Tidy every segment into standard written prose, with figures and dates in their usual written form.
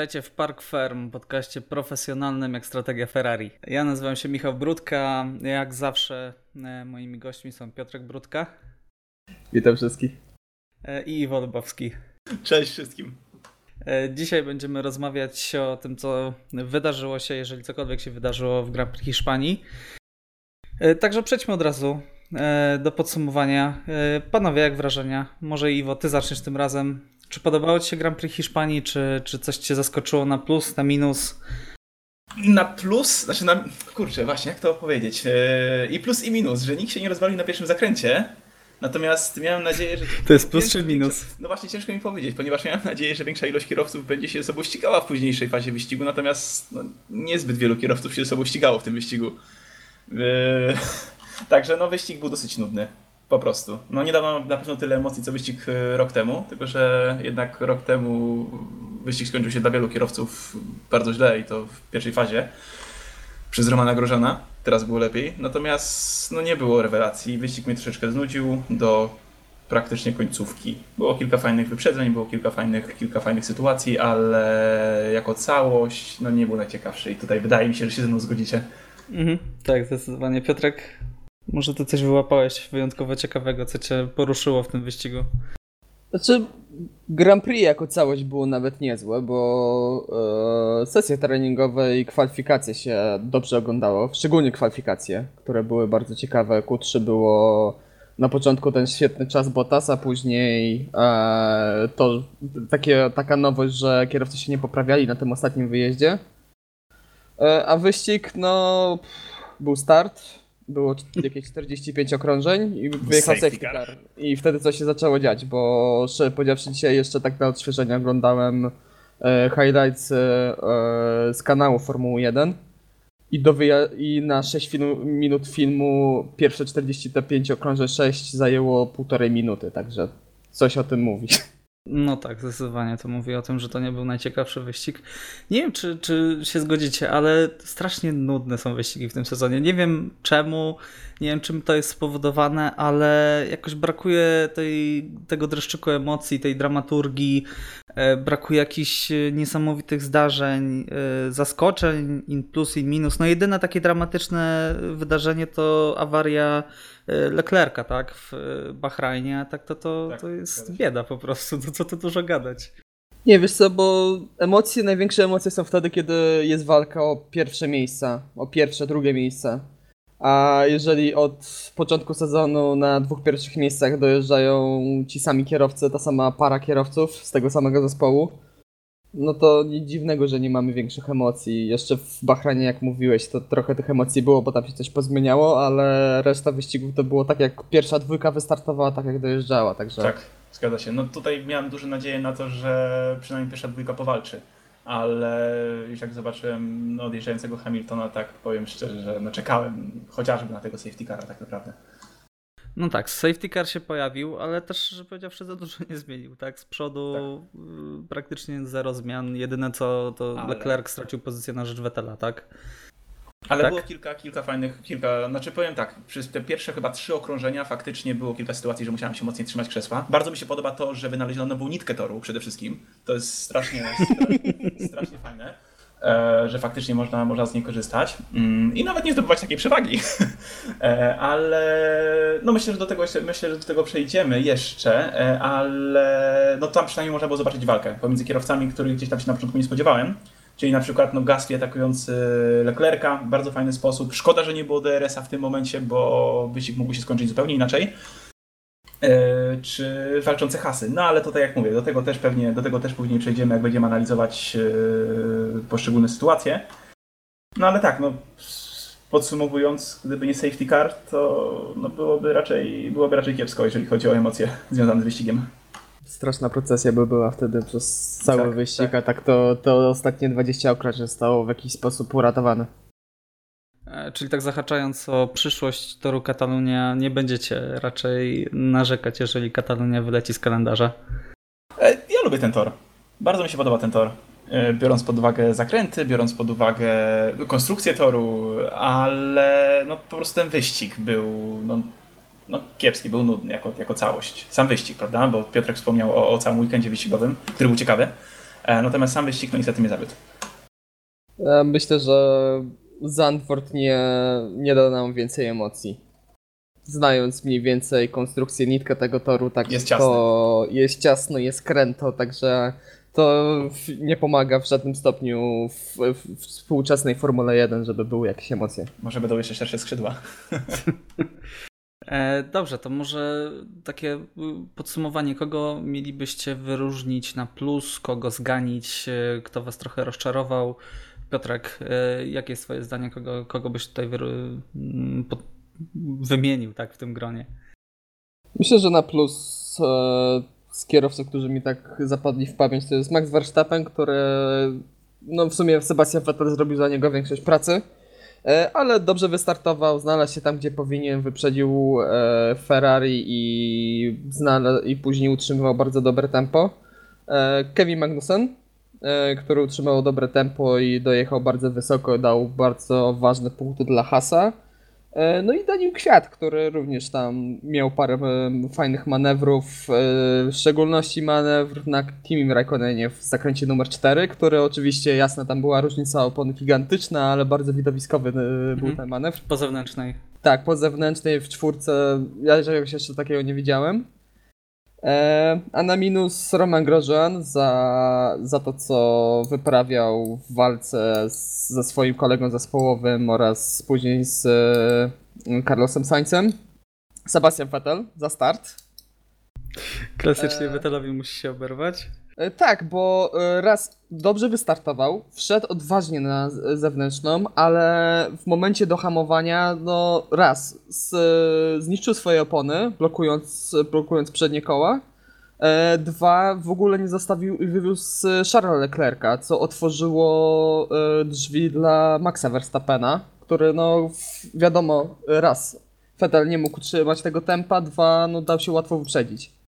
Witajcie w Park Ferm, podcaście profesjonalnym jak strategia Ferrari. Ja nazywam się Michał Brudka, jak zawsze moimi gośćmi są Piotrek Brudka. Witam wszystkich. I Iwo Lubowski. Cześć wszystkim. Dzisiaj będziemy rozmawiać o tym, co wydarzyło się, jeżeli cokolwiek się wydarzyło w Grand Prix Hiszpanii. Także przejdźmy od razu do podsumowania. Panowie, jak wrażenia? Może Iwo, ty zaczniesz tym razem. Czy podobało ci się Grand Prix Hiszpanii, czy coś cię zaskoczyło na plus, na minus? Na plus, kurczę, właśnie, jak to powiedzieć? I plus i minus, że nikt się nie rozwalił na pierwszym zakręcie. Natomiast miałem nadzieję, że... To jest plus czy minus? No właśnie, ciężko mi powiedzieć, ponieważ miałem nadzieję, że większa ilość kierowców będzie się ze sobą ścigała w późniejszej fazie wyścigu, natomiast niezbyt wielu kierowców się ze sobą ścigało w tym wyścigu. Także wyścig był dosyć nudny. Po prostu. Nie dano na pewno tyle emocji, co wyścig rok temu, tylko że jednak rok temu wyścig skończył się dla wielu kierowców bardzo źle i to w pierwszej fazie przez Romana Grosjeana. Teraz było lepiej. Natomiast nie było rewelacji. Wyścig mnie troszeczkę znudził do praktycznie końcówki. Było kilka fajnych wyprzedzeń, było kilka fajnych sytuacji, ale jako całość nie był najciekawszy i tutaj wydaje mi się, że się ze mną zgodzicie. Tak, zdecydowanie. Piotrek, może ty coś wyłapałeś wyjątkowo ciekawego, co cię poruszyło w tym wyścigu? Znaczy, Grand Prix jako całość było nawet niezłe, bo sesje treningowe i kwalifikacje się dobrze oglądało, szczególnie kwalifikacje, które były bardzo ciekawe. Q3 było na początku ten świetny czas Bottasa, później to taka nowość, że kierowcy się nie poprawiali na tym ostatnim wyjeździe. A wyścig, był start. Było jakieś 45 okrążeń i wyjechał safety car. I wtedy coś się zaczęło dziać, bo szczerze powiedziawszy dzisiaj jeszcze tak na odświeżenie oglądałem highlights z kanału Formuły 1 i na 6 minut filmu pierwsze 45 okrążeń 6 zajęło 1,5 minuty, także coś o tym mówi. No tak, zdecydowanie to mówi o tym, że to nie był najciekawszy wyścig. Nie wiem, czy się zgodzicie, ale strasznie nudne są wyścigi w tym sezonie. Nie wiem czemu, nie wiem czym to jest spowodowane, ale jakoś brakuje tego dreszczyku emocji, tej dramaturgii, brakuje jakichś niesamowitych zdarzeń, zaskoczeń, in plus i minus. Jedyne takie dramatyczne wydarzenie to awaria Leclerca, tak, w Bahrajnie, tak to jest bieda po prostu, co tu dużo gadać. Nie, wiesz co, bo największe emocje są wtedy, kiedy jest walka o pierwsze miejsca, o pierwsze, drugie miejsce. A jeżeli od początku sezonu na 2 pierwszych miejscach dojeżdżają ci sami kierowcy, ta sama para kierowców z tego samego zespołu, to nic dziwnego, że nie mamy większych emocji. Jeszcze w Bahrajnie, jak mówiłeś, to trochę tych emocji było, bo tam się coś pozmieniało, ale reszta wyścigów to było tak, jak pierwsza dwójka wystartowała, tak jak dojeżdżała, także... Tak, zgadza się. Tutaj miałem duże nadzieję na to, że przynajmniej pierwsza dwójka powalczy, ale już jak zobaczyłem odjeżdżającego Hamiltona, tak powiem szczerze, że czekałem chociażby na tego safety cara tak naprawdę. No tak, safety car się pojawił, ale też, że powiedziawszy, za dużo nie zmienił, tak? Z przodu praktycznie zero zmian. Jedyne co, to Leclerc stracił pozycję na rzecz Vettela, tak? Ale tak? Było kilka fajnych, powiem tak, przez te pierwsze chyba 3 okrążenia faktycznie było kilka sytuacji, że musiałem się mocniej trzymać krzesła. Bardzo mi się podoba to, że wynaleziono nową nitkę toru przede wszystkim. To jest strasznie fajne, że faktycznie można z niej korzystać i nawet nie zdobywać takiej przewagi. Ale myślę, że do tego przejdziemy jeszcze, ale tam przynajmniej można było zobaczyć walkę pomiędzy kierowcami, których gdzieś tam się na początku nie spodziewałem. Czyli na przykład Gasly atakujący Leclerca w bardzo fajny sposób. Szkoda, że nie było DRS-a w tym momencie, bo wyścig mógł się skończyć zupełnie inaczej. Czy walczące Haasy. Ale tutaj jak mówię, do tego też później przejdziemy, jak będziemy analizować poszczególne sytuacje. Ale tak, podsumowując, gdyby nie safety car, to byłoby raczej kiepsko, jeżeli chodzi o emocje związane z wyścigiem. Straszna procesja by była wtedy przez cały wyścig, a tak to ostatnie 20 okrążeń zostało w jakiś sposób uratowane. Czyli tak zahaczając o przyszłość toru Katalunia, nie będziecie raczej narzekać, jeżeli Katalunia wyleci z kalendarza? Ja lubię ten tor. Bardzo mi się podoba ten tor. Biorąc pod uwagę zakręty, biorąc pod uwagę konstrukcję toru, ale po prostu ten wyścig był kiepski, był nudny jako całość. Sam wyścig, prawda? Bo Piotrek wspomniał o całym weekendzie wyścigowym, który był ciekawy. Natomiast sam wyścig no niestety mnie zawiódł. Myślę, że Zandvoort nie da nam więcej emocji. Znając mniej więcej konstrukcję, nitkę tego toru, tak Jest to jest ciasno, jest kręto, także to nie pomaga w żadnym stopniu w współczesnej Formule 1, żeby były jakieś emocje. Może będą jeszcze szersze skrzydła. Dobrze, to może takie podsumowanie, kogo mielibyście wyróżnić na plus, kogo zganić, kto was trochę rozczarował? Piotrek, jakie jest twoje zdanie, kogo byś tutaj wymienił tak w tym gronie? Myślę, że na plus z kierowców, którzy mi tak zapadli w pamięć, to jest Max Verstappen, który no w sumie Sebastian Vettel zrobił za niego większość pracy, ale dobrze wystartował, znalazł się tam, gdzie powinien, wyprzedził Ferrari i później utrzymywał bardzo dobre tempo. Kevin Magnussen, który utrzymał dobre tempo i dojechał bardzo wysoko, dał bardzo ważne punkty dla Haasa. No i Daniel Kwiat, który również tam miał parę fajnych manewrów, w szczególności manewr na Kimi Raikkonenie w zakręcie numer 4, który oczywiście, jasne, tam była różnica opony gigantyczna, ale bardzo widowiskowy był ten manewr. Po zewnętrznej. Tak, po zewnętrznej w czwórce, ja czegoś jeszcze takiego nie widziałem. A na minus Romain Grosjean za to, co wyprawiał w walce ze swoim kolegą zespołowym oraz później z Carlosem Sainzem. Sebastian Vettel za start. Klasycznie Vettelowi musi się oberwać. Tak, bo raz dobrze wystartował, wszedł odważnie na zewnętrzną, ale w momencie dohamowania, no raz, zniszczył swoje opony, blokując przednie koła. Dwa, w ogóle nie zostawił i wywiózł Charlesa Leclerca, co otworzyło drzwi dla Maxa Verstappena, który no wiadomo, raz, Vettel nie mógł utrzymać tego tempa, dwa, no dał się łatwo wyprzedzić.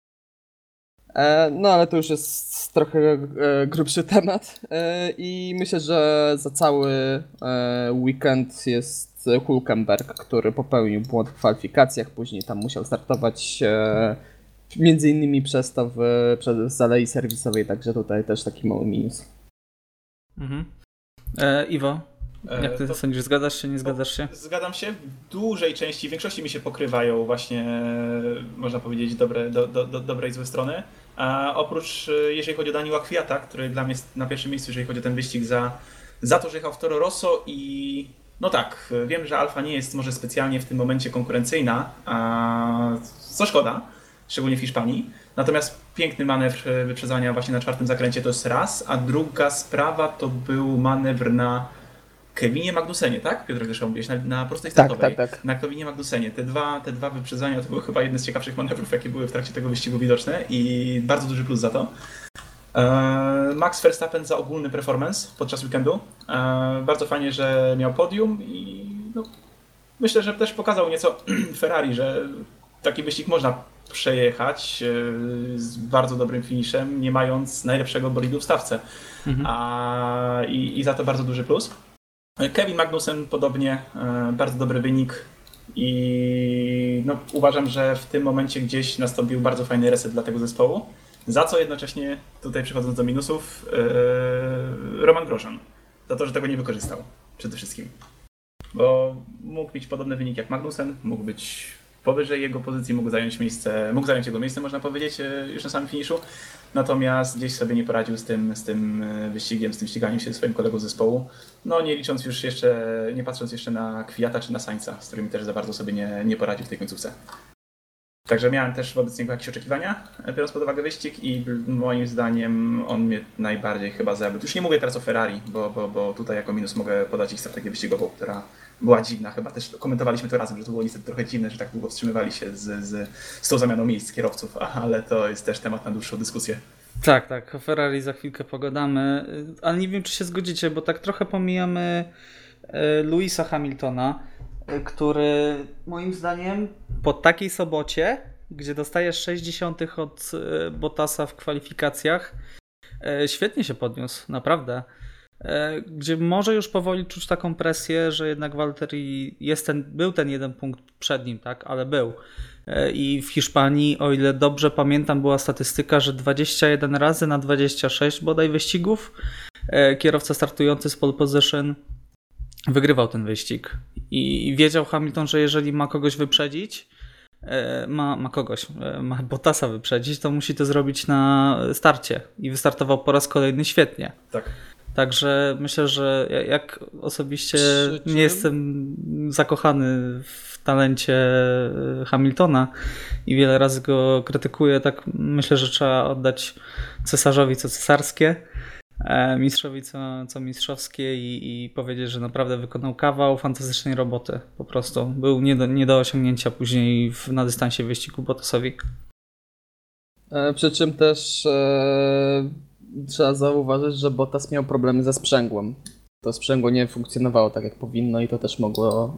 No ale to już jest trochę grubszy temat i myślę, że za cały weekend jest Hülkenberg, który popełnił błąd w kwalifikacjach, później tam musiał startować między innymi przez to w alei serwisowej, także tutaj też taki mały minus. Mhm. Iwo, jak ty sądzisz, zgadzasz się, nie zgadzasz się? Zgadzam się. W dużej części, w większości mi się pokrywają właśnie, można powiedzieć, dobre i złe strony. A oprócz, jeżeli chodzi o Daniela Kwiata, który dla mnie jest na pierwszym miejscu, jeżeli chodzi o ten wyścig za to, że jechał w Toro Rosso i no tak, wiem, że Alfa nie jest może specjalnie w tym momencie konkurencyjna, co szkoda, szczególnie w Hiszpanii. Natomiast piękny manewr wyprzedzania właśnie na czwartym zakręcie to jest raz, a druga sprawa to był manewr na Kevinie Magnusenie, tak? Piotrek zresztą mówiłeś, na prostej startowej. Tak. Na Kevinie Magnusenie. Te dwa wyprzedzania to były chyba jedne z ciekawszych manewrów, jakie były w trakcie tego wyścigu widoczne i bardzo duży plus za to. Max Verstappen za ogólny performance podczas weekendu. Bardzo fajnie, że miał podium i no, myślę, że też pokazał nieco Ferrari, że taki wyścig można przejechać z bardzo dobrym finiszem, nie mając najlepszego bolidu w stawce. I za to bardzo duży plus. Kevin Magnussen podobnie, bardzo dobry wynik i no, uważam, że w tym momencie gdzieś nastąpił bardzo fajny reset dla tego zespołu, za co jednocześnie, tutaj przechodząc do minusów, Romain Grosjean, za to, że tego nie wykorzystał przede wszystkim. Bo mógł mieć podobny wynik jak Magnussen, mógł być powyżej jego pozycji, mógł zająć jego miejsce, można powiedzieć, już na samym finiszu. Natomiast gdzieś sobie nie poradził z tym wyścigiem, z tym ściganiem się swoim kolegą z zespołu. No nie licząc już jeszcze, nie patrząc jeszcze na Kwiata czy na Sainza, z którymi też za bardzo sobie nie poradził w tej końcówce. Także miałem też wobec niego jakieś oczekiwania, biorąc pod uwagę wyścig i moim zdaniem on mnie najbardziej chyba zawiódł. Już nie mówię teraz o Ferrari, bo tutaj jako minus mogę podać ich strategię wyścigową, która była dziwna. Chyba też komentowaliśmy to razem, że to było niestety trochę dziwne, że tak długo wstrzymywali się z tą zamianą miejsc kierowców, ale to jest też temat na dłuższą dyskusję. Tak, o Ferrari za chwilkę pogadamy, ale nie wiem, czy się zgodzicie, bo tak trochę pomijamy Lewisa Hamiltona, który moim zdaniem po takiej sobocie, gdzie dostajesz 0,6 od Bottasa w kwalifikacjach, świetnie się podniósł, naprawdę. gdzie może już powoli czuć taką presję, że jednak Valtteri był ten jeden punkt przed nim, tak, ale był. I w Hiszpanii, o ile dobrze pamiętam, była statystyka, że 21 razy na 26 bodaj wyścigów kierowca startujący z pole position wygrywał ten wyścig. I wiedział Hamilton, że jeżeli ma kogoś wyprzedzić, ma Bottasa wyprzedzić, to musi to zrobić na starcie. I wystartował po raz kolejny świetnie. Tak. Także myślę, że jak osobiście nie jestem zakochany w talencie Hamiltona i wiele razy go krytykuję, tak myślę, że trzeba oddać cesarzowi co cesarskie, mistrzowi co mistrzowskie i powiedzieć, że naprawdę wykonał kawał fantastycznej roboty. Po prostu był nie do osiągnięcia później na dystansie wyścigu Bottasowi. Przy czym też trzeba zauważyć, że Bottas miał problemy ze sprzęgłem. To sprzęgło nie funkcjonowało tak jak powinno i to też mogło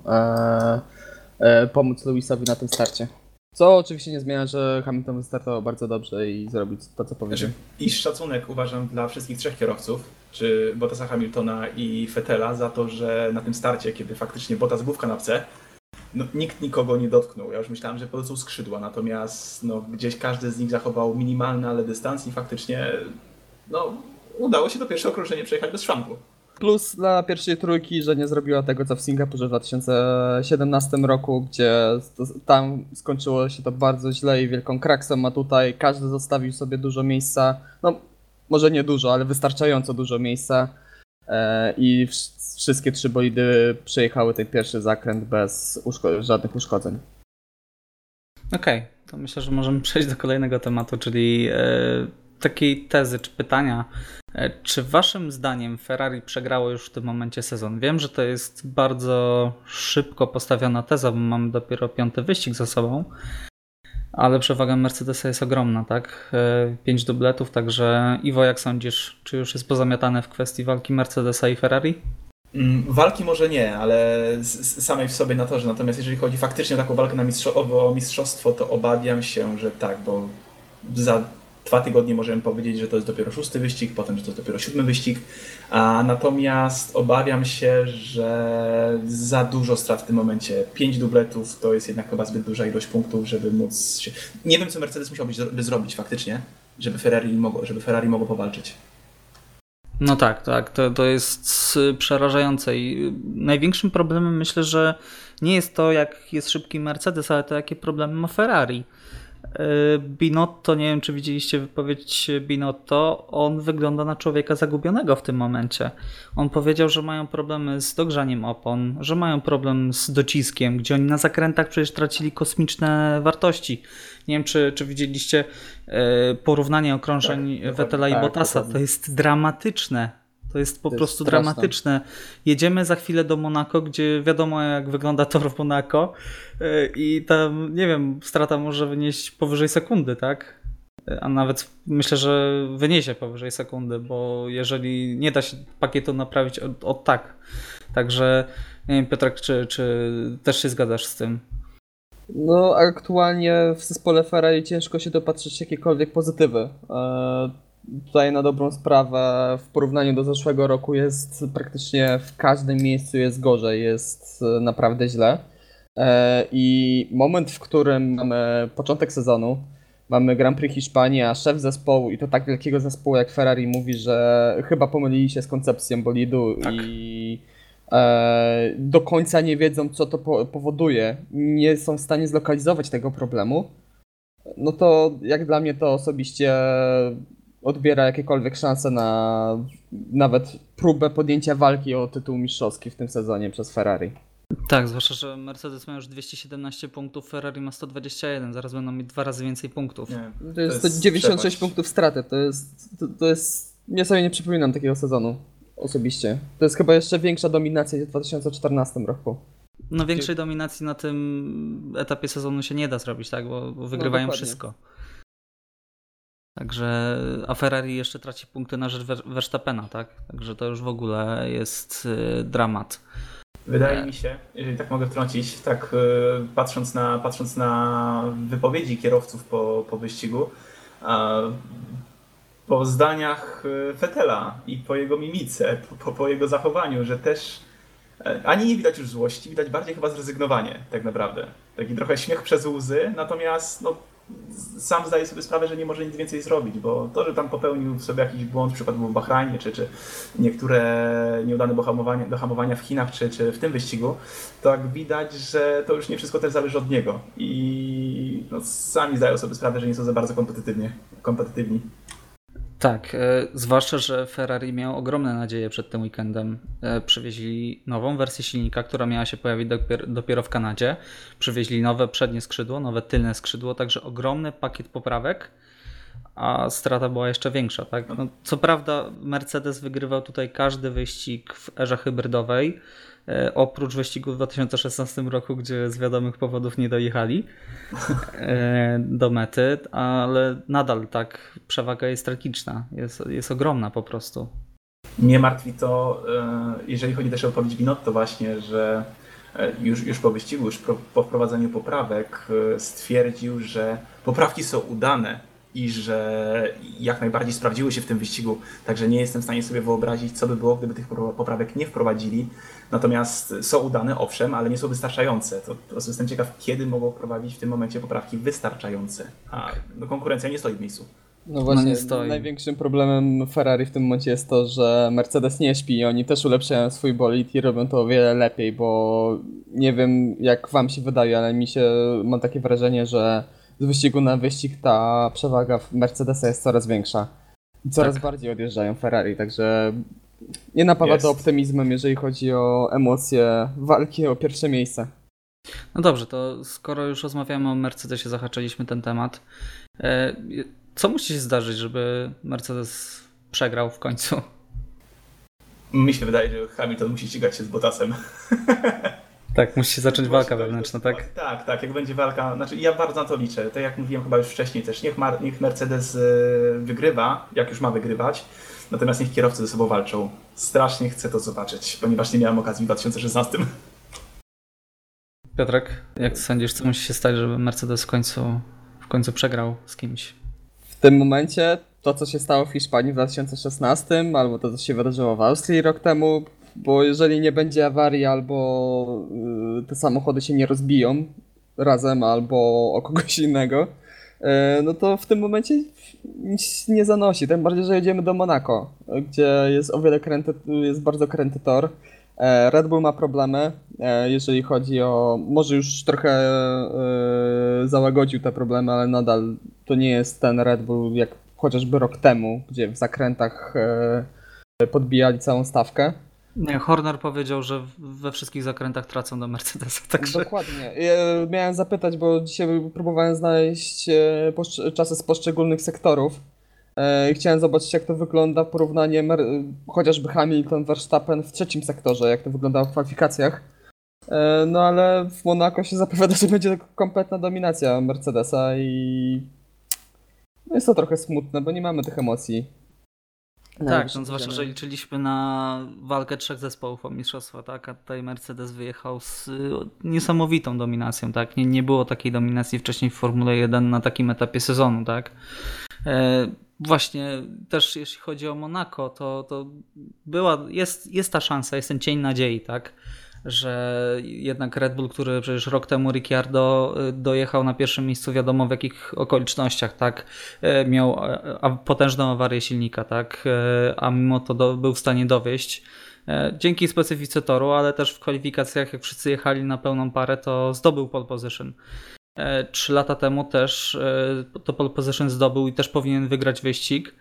pomóc Lewisowi na tym starcie. Co oczywiście nie zmienia, że Hamilton wystartował bardzo dobrze i zrobił to, co powiedział. I szacunek uważam dla wszystkich trzech kierowców, czy Bottasa, Hamiltona i Vettela, za to, że na tym starcie, kiedy faktycznie Bottas był w kanapce, no, nikt nikogo nie dotknął. Ja już myślałem, że po skrzydła, natomiast no, gdzieś każdy z nich zachował minimalny, ale dystans i faktycznie no, udało się to pierwsze okrążenie przejechać bez szwanku. Plus dla pierwszej trójki, że nie zrobiła tego, co w Singapurze w 2017 roku, gdzie tam skończyło się to bardzo źle i wielką kraksą, a tutaj każdy zostawił sobie dużo miejsca, no może nie dużo, ale wystarczająco dużo miejsca i wszystkie trzy bolidy przejechały ten pierwszy zakręt bez żadnych uszkodzeń. Okej, to myślę, że możemy przejść do kolejnego tematu, czyli takiej tezy czy pytania. Czy waszym zdaniem Ferrari przegrało już w tym momencie sezon? Wiem, że to jest bardzo szybko postawiona teza, bo mamy dopiero 5. wyścig za sobą, ale przewaga Mercedesa jest ogromna, tak? 5 dubletów, także Iwo, jak sądzisz, czy już jest pozamiatane w kwestii walki Mercedesa i Ferrari? Walki może nie, ale samej w sobie na torze. Natomiast jeżeli chodzi faktycznie o taką walkę o mistrzostwo, to obawiam się, że tak, bo za 2 tygodnie możemy powiedzieć, że to jest dopiero 6. wyścig, potem, że to jest dopiero 7. wyścig, natomiast obawiam się, że za dużo strat w tym momencie. 5 dubletów to jest jednak chyba zbyt duża ilość punktów, żeby móc się... Nie wiem, co Mercedes musiałby zrobić faktycznie, żeby Ferrari mogło powalczyć. No tak, to jest przerażające i największym problemem myślę, że nie jest to, jak jest szybki Mercedes, ale to, jakie problemy ma Ferrari. Binotto, nie wiem, czy widzieliście wypowiedź Binotto, on wygląda na człowieka zagubionego w tym momencie. On powiedział, że mają problemy z dogrzaniem opon, że mają problem z dociskiem, gdzie oni na zakrętach przecież tracili kosmiczne wartości. Nie wiem, czy widzieliście porównanie okrążeń Vettela i Bottasa. Dokładnie. To jest dramatyczne. To jest po prostu straszne. Dramatyczne. Jedziemy za chwilę do Monako, gdzie wiadomo, jak wygląda tor w Monako i tam, nie wiem, strata może wynieść powyżej sekundy, tak? A nawet myślę, że wyniesie powyżej sekundy, bo jeżeli nie da się pakietu naprawić od tak. Także nie wiem, Piotrek, czy też się zgadzasz z tym? No, aktualnie w zespole Ferrari ciężko się dopatrzyć jakiekolwiek pozytywy. Tutaj na dobrą sprawę w porównaniu do zeszłego roku jest praktycznie w każdym miejscu jest gorzej, jest naprawdę źle. I moment, w którym mamy początek sezonu, mamy Grand Prix Hiszpanii, a szef zespołu i to tak wielkiego zespołu jak Ferrari mówi, że chyba pomylili się z koncepcją bolidu tak. I do końca nie wiedzą, co to powoduje, nie są w stanie zlokalizować tego problemu, no to jak dla mnie to osobiście odbiera jakiekolwiek szanse na nawet próbę podjęcia walki o tytuł mistrzowski w tym sezonie przez Ferrari. Tak, zwłaszcza, że Mercedes ma już 217 punktów, Ferrari ma 121, zaraz będą mieć 2 razy więcej punktów. Nie, to jest 96 punktów straty, to jest... Ja sobie nie przypominam takiego sezonu osobiście. To jest chyba jeszcze większa dominacja niż w 2014 roku. No większej dominacji na tym etapie sezonu się nie da zrobić, tak, bo wygrywają wszystko. Także, a Ferrari jeszcze traci punkty na rzecz Verstappena, tak? Także to już w ogóle jest dramat. Wydaje mi się, jeżeli tak mogę wtrącić, tak patrząc na wypowiedzi kierowców po wyścigu, po zdaniach Vettela i po jego mimice, po jego zachowaniu, że też ani nie widać już złości, widać bardziej chyba zrezygnowanie tak naprawdę. Taki trochę śmiech przez łzy, natomiast no, sam zdaje sobie sprawę, że nie może nic więcej zrobić, bo to, że tam popełnił sobie jakiś błąd, przykład był w Bahrajnie, czy niektóre nieudane do hamowania w Chinach, czy w tym wyścigu, to jak widać, że to już nie wszystko też zależy od niego i no, sami zdają sobie sprawę, że nie są za bardzo kompetytywni. Tak, zwłaszcza, że Ferrari miał ogromne nadzieje przed tym weekendem. Przywieźli nową wersję silnika, która miała się pojawić dopiero w Kanadzie. Przywieźli nowe przednie skrzydło, nowe tylne skrzydło, także ogromny pakiet poprawek, a strata była jeszcze większa. Tak? No, co prawda Mercedes wygrywał tutaj każdy wyścig w erze hybrydowej, oprócz wyścigu w 2016 roku, gdzie z wiadomych powodów nie dojechali do mety, ale nadal tak przewaga jest tragiczna, jest ogromna po prostu. Mnie martwi to, jeżeli chodzi też o odpowiedź Binotto właśnie, że już po wyścigu, już po wprowadzeniu poprawek stwierdził, że poprawki są udane i że jak najbardziej sprawdziły się w tym wyścigu, także nie jestem w stanie sobie wyobrazić, co by było, gdyby tych poprawek nie wprowadzili. Natomiast są udane, owszem, ale nie są wystarczające. To po prostu jestem ciekaw, kiedy mogą wprowadzić w tym momencie poprawki wystarczające. A no, konkurencja nie stoi w miejscu. No właśnie, nie stoi. największym problemem Ferrari w tym momencie jest to, że Mercedes nie śpi i oni też ulepszają swój bolid i robią to o wiele lepiej, bo nie wiem jak wam się wydaje, ale mam takie wrażenie, że z wyścigu na wyścig ta przewaga Mercedesa jest coraz większa. I coraz bardziej odjeżdżają Ferrari, także nie napawa to optymizmem, jeżeli chodzi o emocje walki o pierwsze miejsce. No dobrze, to skoro już rozmawiamy o Mercedesie, zahaczyliśmy ten temat. Co musi się zdarzyć, żeby Mercedes przegrał w końcu? Mi się wydaje, że Hamilton musi ścigać się z Bottasem. Tak, musi się zacząć walka wewnętrzna, tak? Tak, jak będzie walka, znaczy ja bardzo na to liczę, tak jak mówiłem chyba już wcześniej też, niech Mercedes wygrywa, jak już ma wygrywać, natomiast niech kierowcy ze sobą walczą. Strasznie chcę to zobaczyć, ponieważ nie miałem okazji w 2016. Piotrek, jak sądzisz, co musi się stać, żeby Mercedes w końcu przegrał z kimś? W tym momencie to, co się stało w Hiszpanii w 2016, albo to, co się wydarzyło w Austrii rok temu, bo jeżeli nie będzie awarii, albo te samochody się nie rozbiją razem, albo o kogoś innego, no to w tym momencie nic nie zanosi. Tym bardziej, że jedziemy do Monako, gdzie jest bardzo kręty tor. Red Bull ma problemy, jeżeli chodzi o... Może już trochę załagodził te problemy, ale nadal to nie jest ten Red Bull jak chociażby rok temu, gdzie w zakrętach podbijali całą stawkę. Nie, Horner powiedział, że we wszystkich zakrętach tracą do Mercedesa, także... Dokładnie. Ja miałem zapytać, bo dzisiaj próbowałem znaleźć czasy z poszczególnych sektorów. Chciałem zobaczyć, jak to wygląda w porównaniu chociażby Hamilton-Verstappen w trzecim sektorze, jak to wyglądało w kwalifikacjach. No ale w Monako się zapowiada, że będzie kompletna dominacja Mercedesa i no jest to trochę smutne, bo nie mamy tych emocji. Tak, no zwłaszcza, że liczyliśmy na walkę trzech zespołów o mistrzostwa, tak? A tutaj Mercedes wyjechał z niesamowitą dominacją, tak? Nie było takiej dominacji wcześniej w Formule 1 na takim etapie sezonu, tak? Właśnie też jeśli chodzi o Monako, to jest ta szansa, jest ten cień nadziei, tak? Że jednak Red Bull, który przecież rok temu Ricciardo dojechał na pierwszym miejscu, wiadomo w jakich okolicznościach, tak, miał potężną awarię silnika, tak, a mimo to był w stanie dowieść. Dzięki specyfice toru, ale też w kwalifikacjach, jak wszyscy jechali na pełną parę, to zdobył pole position. 3 lata temu też to pole position zdobył i też powinien wygrać wyścig,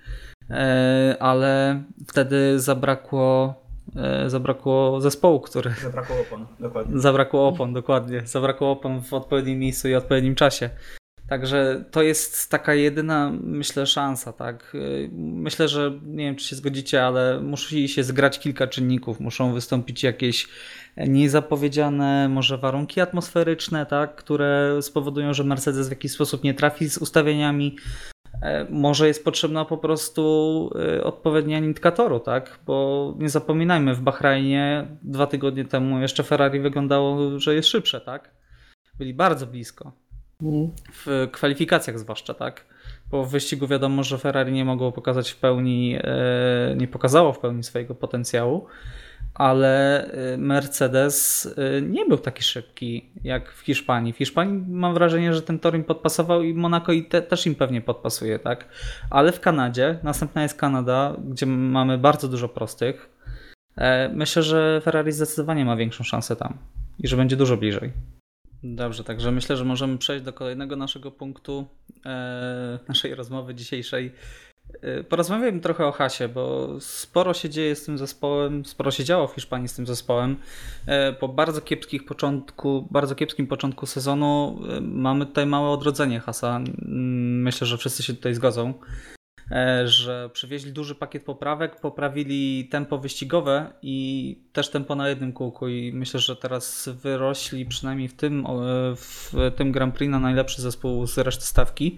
ale wtedy zabrakło zespołu, który... Zabrakło opon, dokładnie. Zabrakło opon w odpowiednim miejscu i odpowiednim czasie. Także to jest taka jedyna, myślę, szansa, tak? Myślę, że nie wiem, czy się zgodzicie, ale musi się zgrać kilka czynników. Muszą wystąpić jakieś niezapowiedziane może warunki atmosferyczne, tak? Które spowodują, że Mercedes w jakiś sposób nie trafi z ustawieniami. Może jest potrzebna po prostu odpowiednia nitka toru, tak? Bo nie zapominajmy, w Bahrajnie 2 tygodnie temu jeszcze Ferrari wyglądało, że jest szybsze, tak? Byli bardzo blisko. W kwalifikacjach zwłaszcza, tak? bo w wyścigu wiadomo, że Ferrari nie mogło pokazać w pełni, nie pokazało w pełni swojego potencjału, ale Mercedes nie był taki szybki jak w Hiszpanii. W Hiszpanii mam wrażenie, że ten tor im podpasował i Monako też im pewnie podpasuje, tak? Ale w Kanadzie, następna jest Kanada, gdzie mamy bardzo dużo prostych. Myślę, że Ferrari zdecydowanie ma większą szansę tam i że będzie dużo bliżej. Dobrze, także myślę, że możemy przejść do kolejnego naszego punktu naszej rozmowy dzisiejszej. Porozmawiajmy trochę o Haasie, bo sporo się dzieje z tym zespołem, sporo się działo w Hiszpanii z tym zespołem. Po bardzo kiepskim początku sezonu mamy tutaj małe odrodzenie Haasa. Myślę, że wszyscy się tutaj zgodzą, że przywieźli duży pakiet poprawek, poprawili tempo wyścigowe i też tempo na jednym kółku i myślę, że teraz wyrośli przynajmniej w tym Grand Prix na najlepszy zespół z reszty stawki.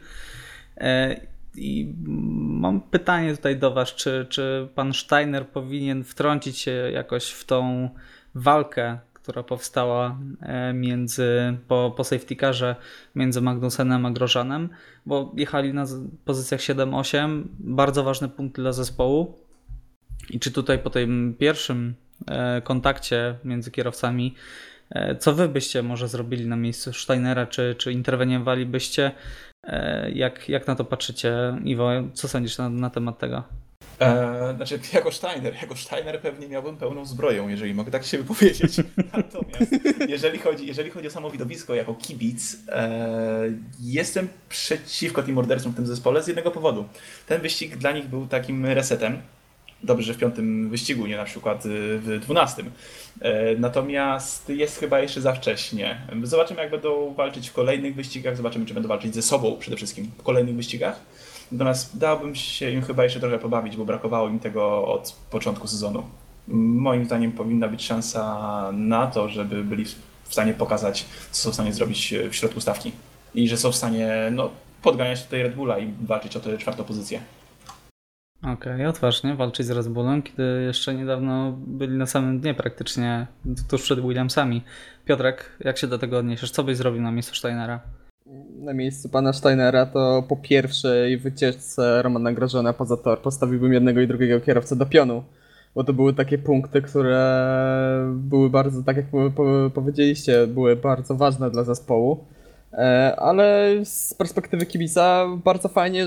I mam pytanie tutaj do Was, czy pan Steiner powinien wtrącić się jakoś w tą walkę, która powstała po safety carze między Magnusenem a Grosjeanem, bo jechali na pozycjach 7-8, bardzo ważny punkt dla zespołu. I czy tutaj po tym pierwszym kontakcie między kierowcami, co Wy byście może zrobili na miejscu Steinera, czy interweniowalibyście? Jak na to patrzycie, Iwo? Co sądzisz na temat tego? Znaczy, jako Steiner pewnie miałbym pełną zbroję, jeżeli mogę tak się wypowiedzieć. Natomiast jeżeli chodzi o samo widowisko jako kibic, jestem przeciwko tym mordercom w tym zespole z jednego powodu. Ten wyścig dla nich był takim resetem. Dobrze, że w 5. wyścigu, nie na przykład w 12. Natomiast jest chyba jeszcze za wcześnie. Zobaczymy, jak będą walczyć w kolejnych wyścigach, zobaczymy, czy będą walczyć ze sobą przede wszystkim w kolejnych wyścigach. Natomiast dałbym się im chyba jeszcze trochę pobawić, bo brakowało im tego od początku sezonu. Moim zdaniem powinna być szansa na to, żeby byli w stanie pokazać, co są w stanie zrobić w środku stawki. I że są w stanie podganiać tutaj Red Bulla i walczyć o tę 4. pozycję. Okej, odważnie walczyć z Red Bullem, kiedy jeszcze niedawno byli na samym dnie praktycznie, tuż przed Williamsami. Piotrek, jak się do tego odniesiesz? Co byś zrobił na miejscu Steinera? Na miejscu pana Steinera to po pierwszej wycieczce Romana Grosjeana poza tor postawiłbym jednego i drugiego kierowcę do pionu, bo to były takie punkty, które były bardzo, tak jak powiedzieliście, były bardzo ważne dla zespołu. Ale z perspektywy kibica bardzo fajnie,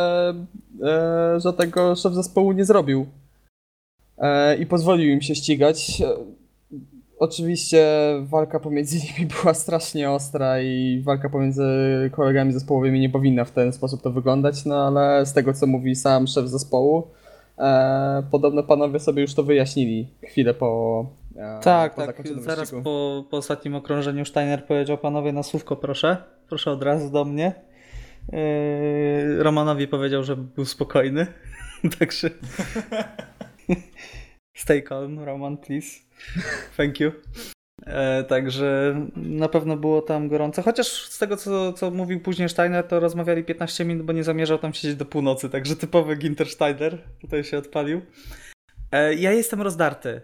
że tego szef zespołu nie zrobił i pozwolił im się ścigać. Oczywiście walka pomiędzy nimi była strasznie ostra i walka pomiędzy kolegami zespołowymi nie powinna w ten sposób to wyglądać, no ale z tego co mówi sam szef zespołu, podobno panowie sobie już to wyjaśnili chwilę po Tak, zakończonym zaraz wyścigu. po ostatnim okrążeniu Steiner powiedział: panowie, na słówko proszę od razu do mnie. Romanowi powiedział, że był spokojny, także stay calm, Roman, please. Thank you. Także na pewno było tam gorąco, chociaż z tego co mówił później Steiner, to rozmawiali 15 minut, bo nie zamierzał tam siedzieć do północy, także typowy Ginter Steiner tutaj się odpalił. Ja jestem rozdarty.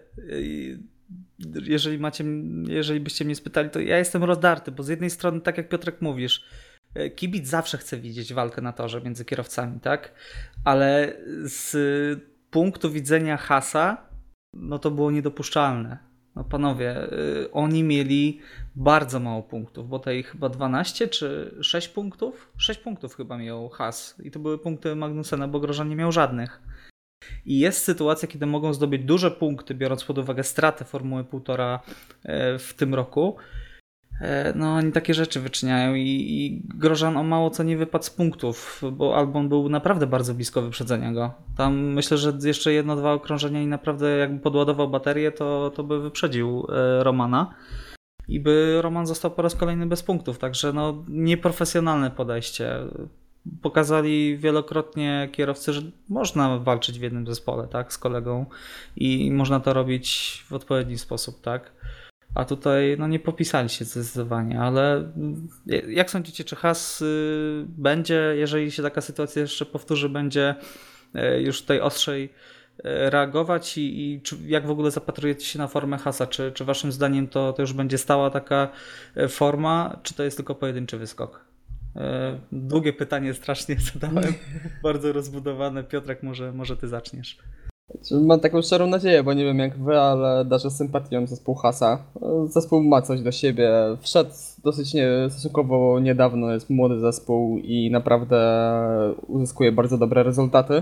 Jeżeli byście mnie spytali, to ja jestem rozdarty, bo z jednej strony, tak jak Piotrek mówisz, kibic zawsze chce widzieć walkę na torze między kierowcami, tak? Ale z punktu widzenia Haasa, no to było niedopuszczalne. No panowie, oni mieli bardzo mało punktów, bo tutaj chyba 12 czy 6 punktów? 6 punktów chyba miał Haas i to były punkty Magnusena, bo Grosjean nie miał żadnych. I jest sytuacja, kiedy mogą zdobyć duże punkty, biorąc pod uwagę stratę Formuły 1,5 w tym roku. No oni takie rzeczy wyczyniają i Grosjean o mało co nie wypadł z punktów, bo Albon był naprawdę bardzo blisko wyprzedzenia go. Tam myślę, że jeszcze 1-2 okrążenia i naprawdę jakby podładował baterię, to by wyprzedził Romana i by Roman został po raz kolejny bez punktów. Także no nieprofesjonalne podejście. Pokazali wielokrotnie kierowcy, że można walczyć w jednym zespole, tak, z kolegą i można to robić w odpowiedni sposób, tak. A tutaj no nie popisali się zdecydowanie, ale jak sądzicie, czy Haas będzie, jeżeli się taka sytuacja jeszcze powtórzy, będzie już tutaj ostrzej reagować i czy, jak w ogóle zapatrujecie się na formę Haasa? Czy waszym zdaniem to już będzie stała taka forma, czy to jest tylko pojedynczy wyskok? Długie pytanie strasznie zadałem, bardzo rozbudowane. Piotrek, może ty zaczniesz. Mam taką szczerą nadzieję, bo nie wiem jak wy, ale darzę sympatią zespół Hasa. Zespół ma coś do siebie. Wszedł dosyć stosunkowo niedawno, jest młody zespół i naprawdę uzyskuje bardzo dobre rezultaty.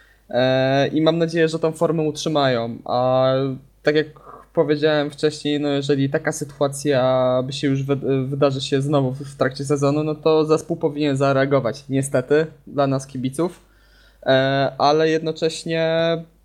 I mam nadzieję, że tą formę utrzymają. A tak jak powiedziałem wcześniej, no jeżeli taka sytuacja by się już wydarzy się znowu w trakcie sezonu, no to zespół powinien zareagować. Niestety, dla nas kibiców. Ale jednocześnie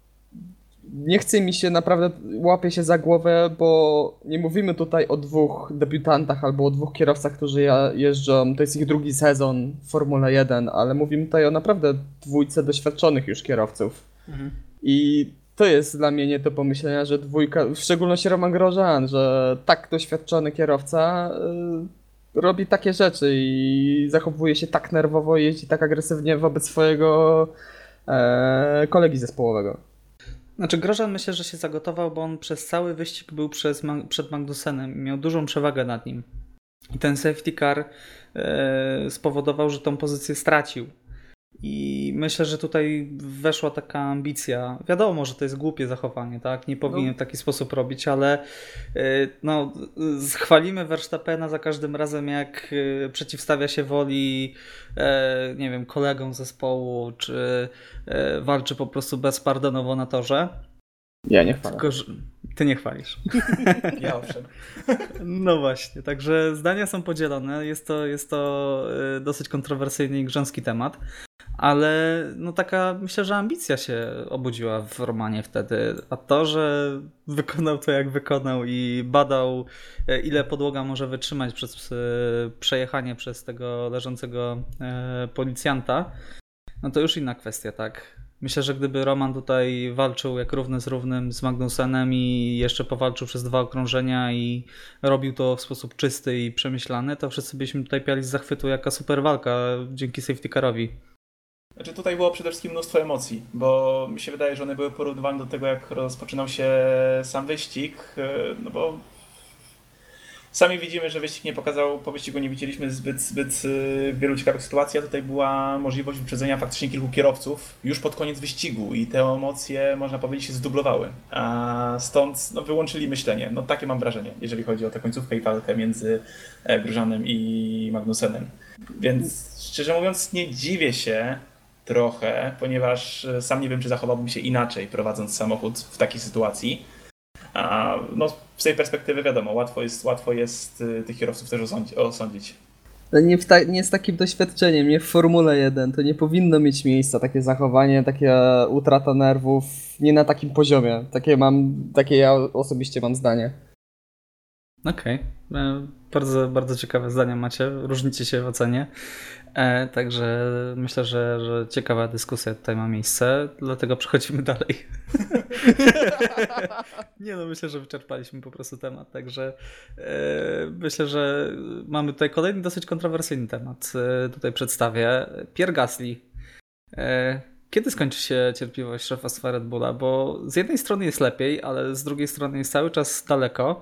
nie chce mi się, naprawdę łapię się za głowę, bo nie mówimy tutaj o dwóch debiutantach albo o dwóch kierowcach, którzy jeżdżą, to jest ich drugi sezon w Formule 1, ale mówimy tutaj o naprawdę dwójce doświadczonych już kierowców. I to jest dla mnie nie do pomyślenia, że dwójka, w szczególności Romain Grosjean, że tak doświadczony kierowca robi takie rzeczy i zachowuje się tak nerwowo i jeździ tak agresywnie wobec swojego kolegi zespołowego. Znaczy Grosjean myślę, że się zagotował, bo on przez cały wyścig był przed Magnusenem i miał dużą przewagę nad nim. I ten safety car spowodował, że tą pozycję stracił. I myślę, że tutaj weszła taka ambicja. Wiadomo, że to jest głupie zachowanie, tak? Nie powinien w taki sposób robić, ale no, chwalimy Verstappena za każdym razem, jak przeciwstawia się woli, nie wiem, kolegom zespołu, czy walczy po prostu bezpardonowo na torze. Ja nie chwalę. Tylko, że ty nie chwalisz. Ja owszem. No właśnie, także zdania są podzielone. Jest to dosyć kontrowersyjny i grząski temat. Ale no taka, myślę, że ambicja się obudziła w Romanie wtedy, a to, że wykonał to jak wykonał i badał, ile podłoga może wytrzymać przez przejechanie przez tego leżącego policjanta, no to już inna kwestia, tak? Myślę, że gdyby Roman tutaj walczył jak równy z równym z Magnusenem i jeszcze powalczył przez 2 okrążenia i robił to w sposób czysty i przemyślany, to wszyscy byśmy tutaj piali z zachwytu, jaka super walka dzięki safety carowi. Znaczy tutaj było przede wszystkim mnóstwo emocji, bo mi się wydaje, że one były porównywane do tego, jak rozpoczynał się sam wyścig, no bo sami widzimy, że wyścig nie pokazał, po wyścigu nie widzieliśmy zbyt wielu ciekawych sytuacji, a tutaj była możliwość wyprzedzenia faktycznie kilku kierowców już pod koniec wyścigu i te emocje, można powiedzieć, się zdublowały, a stąd no, wyłączyli myślenie. No takie mam wrażenie, jeżeli chodzi o tę końcówkę i walkę między Grosjeanem i Magnusenem. Więc szczerze mówiąc nie dziwię się trochę, ponieważ sam nie wiem, czy zachowałbym się inaczej prowadząc samochód w takiej sytuacji. A no, z tej perspektywy wiadomo, łatwo jest tych kierowców też osądzić. Nie z takim doświadczeniem, nie w Formule 1, to nie powinno mieć miejsca takie zachowanie, taka utrata nerwów, nie na takim poziomie. Takie ja osobiście mam zdanie. Okej. Bardzo, bardzo ciekawe zdania macie, różnicie się w ocenie, także myślę, że ciekawa dyskusja tutaj ma miejsce, dlatego przechodzimy dalej. Nie no, myślę, że wyczerpaliśmy po prostu temat, także myślę, że mamy tutaj kolejny dosyć kontrowersyjny temat, tutaj przedstawię. Pierre Gasly. Kiedy skończy się cierpliwość szefostwa Red Bulla, bo z jednej strony jest lepiej, ale z drugiej strony jest cały czas daleko.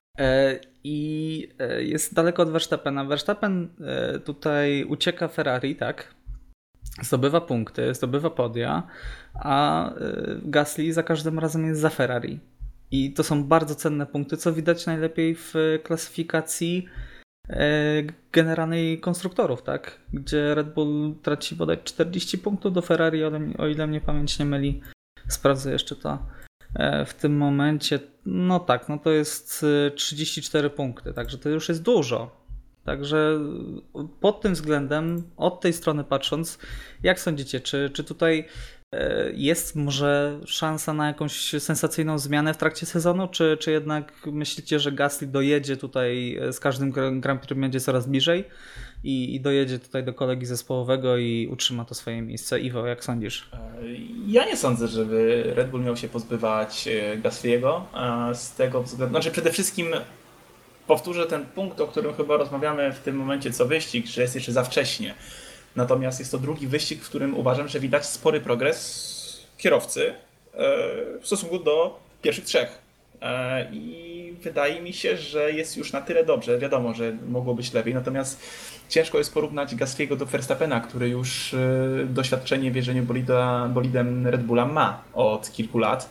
I jest daleko od Verstappena. Verstappen tutaj ucieka Ferrari, tak? Zdobywa punkty, zdobywa podia, a Gasly za każdym razem jest za Ferrari. I to są bardzo cenne punkty, co widać najlepiej w klasyfikacji generalnej konstruktorów, tak? Gdzie Red Bull traci bodaj 40 punktów do Ferrari, o ile mnie pamięć nie myli. Sprawdzę jeszcze to. W tym momencie, no tak, no to jest 34 punkty, także to już jest dużo. Także pod tym względem, od tej strony patrząc, jak sądzicie, czy tutaj jest może szansa na jakąś sensacyjną zmianę w trakcie sezonu, czy jednak myślicie, że Gasly dojedzie tutaj z każdym Grand Prix będzie coraz bliżej i dojedzie tutaj do kolegi zespołowego i utrzyma to swoje miejsce? Iwo, jak sądzisz? Ja nie sądzę, żeby Red Bull miał się pozbywać Gasly'ego, z tego względu, znaczy przede wszystkim powtórzę ten punkt, o którym chyba rozmawiamy w tym momencie co wyścig, że jest jeszcze za wcześnie. Natomiast jest to drugi wyścig, w którym uważam, że widać spory progres kierowcy w stosunku do pierwszych 3. I wydaje mi się, że jest już na tyle dobrze. Wiadomo, że mogło być lepiej, natomiast ciężko jest porównać Gasly'ego do Verstappena, który już doświadczenie w jeżdżeniu bolidem Red Bulla ma od kilku lat.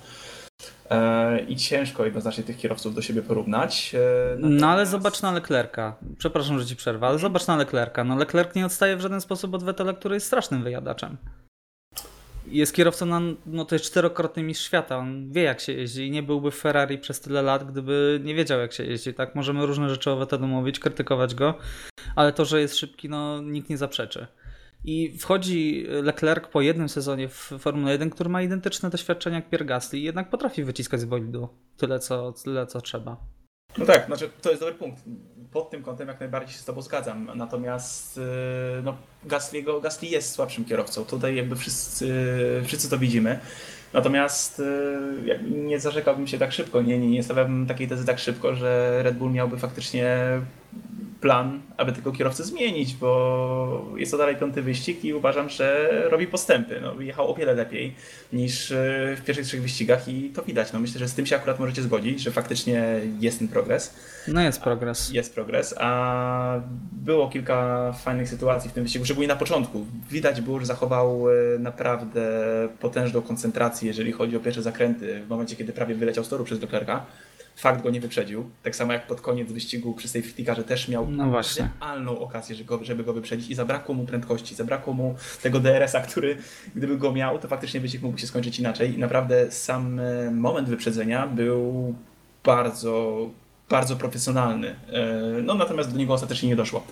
I ciężko jednoznacznie tych kierowców do siebie porównać. No ale zobacz na Leclerca. Przepraszam, że ci przerwę, ale zobacz na Leclerca. No Leclerc nie odstaje w żaden sposób od Vettela, który jest strasznym wyjadaczem. Jest kierowcą no to jest 4-krotny mistrz świata. On wie, jak się jeździ i nie byłby w Ferrari przez tyle lat, gdyby nie wiedział, jak się jeździ. Tak, możemy różne rzeczy o Vettelu mówić, krytykować go, ale to, że jest szybki, no nikt nie zaprzeczy. I wchodzi Leclerc po jednym sezonie w Formule 1, który ma identyczne doświadczenia jak Pierre Gasly i jednak potrafi wyciskać z bolidu tyle, co trzeba. No tak, znaczy to jest dobry punkt. Pod tym kątem jak najbardziej się z tobą zgadzam. Natomiast no, Gasly jest słabszym kierowcą. Tutaj jakby wszyscy to widzimy. Natomiast nie zarzekałbym się tak szybko. Nie stawiałbym takiej tezy tak szybko, że Red Bull miałby faktycznie plan, aby tego kierowcę zmienić, bo jest to dalej 5. wyścig i uważam, że robi postępy. No, jechał o wiele lepiej niż w pierwszych 3 wyścigach i to widać. No, myślę, że z tym się akurat możecie zgodzić, że faktycznie jest ten progres. No jest progres. Jest progres, a było kilka fajnych sytuacji w tym wyścigu, szczególnie na początku. Widać było, że zachował naprawdę potężną koncentrację, jeżeli chodzi o pierwsze zakręty, w momencie, kiedy prawie wyleciał z toru przez Leclerca. Fakt go nie wyprzedził. Tak samo jak pod koniec wyścigu przy safety carze też miał idealną okazję, żeby go wyprzedzić i zabrakło mu prędkości, zabrakło mu tego DRS-a, który gdyby go miał, to faktycznie wyścig mógłby się skończyć inaczej. I naprawdę sam moment wyprzedzenia był bardzo, bardzo profesjonalny. No natomiast do niego ostatecznie nie doszło.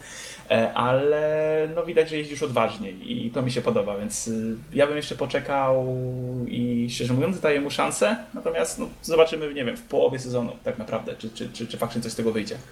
Ale no widać, że jeździ już odważnie i to mi się podoba, więc ja bym jeszcze poczekał i szczerze mówiąc daję mu szansę, natomiast no, zobaczymy, nie wiem, w połowie sezonu tak naprawdę, czy faktycznie coś z tego wyjdzie.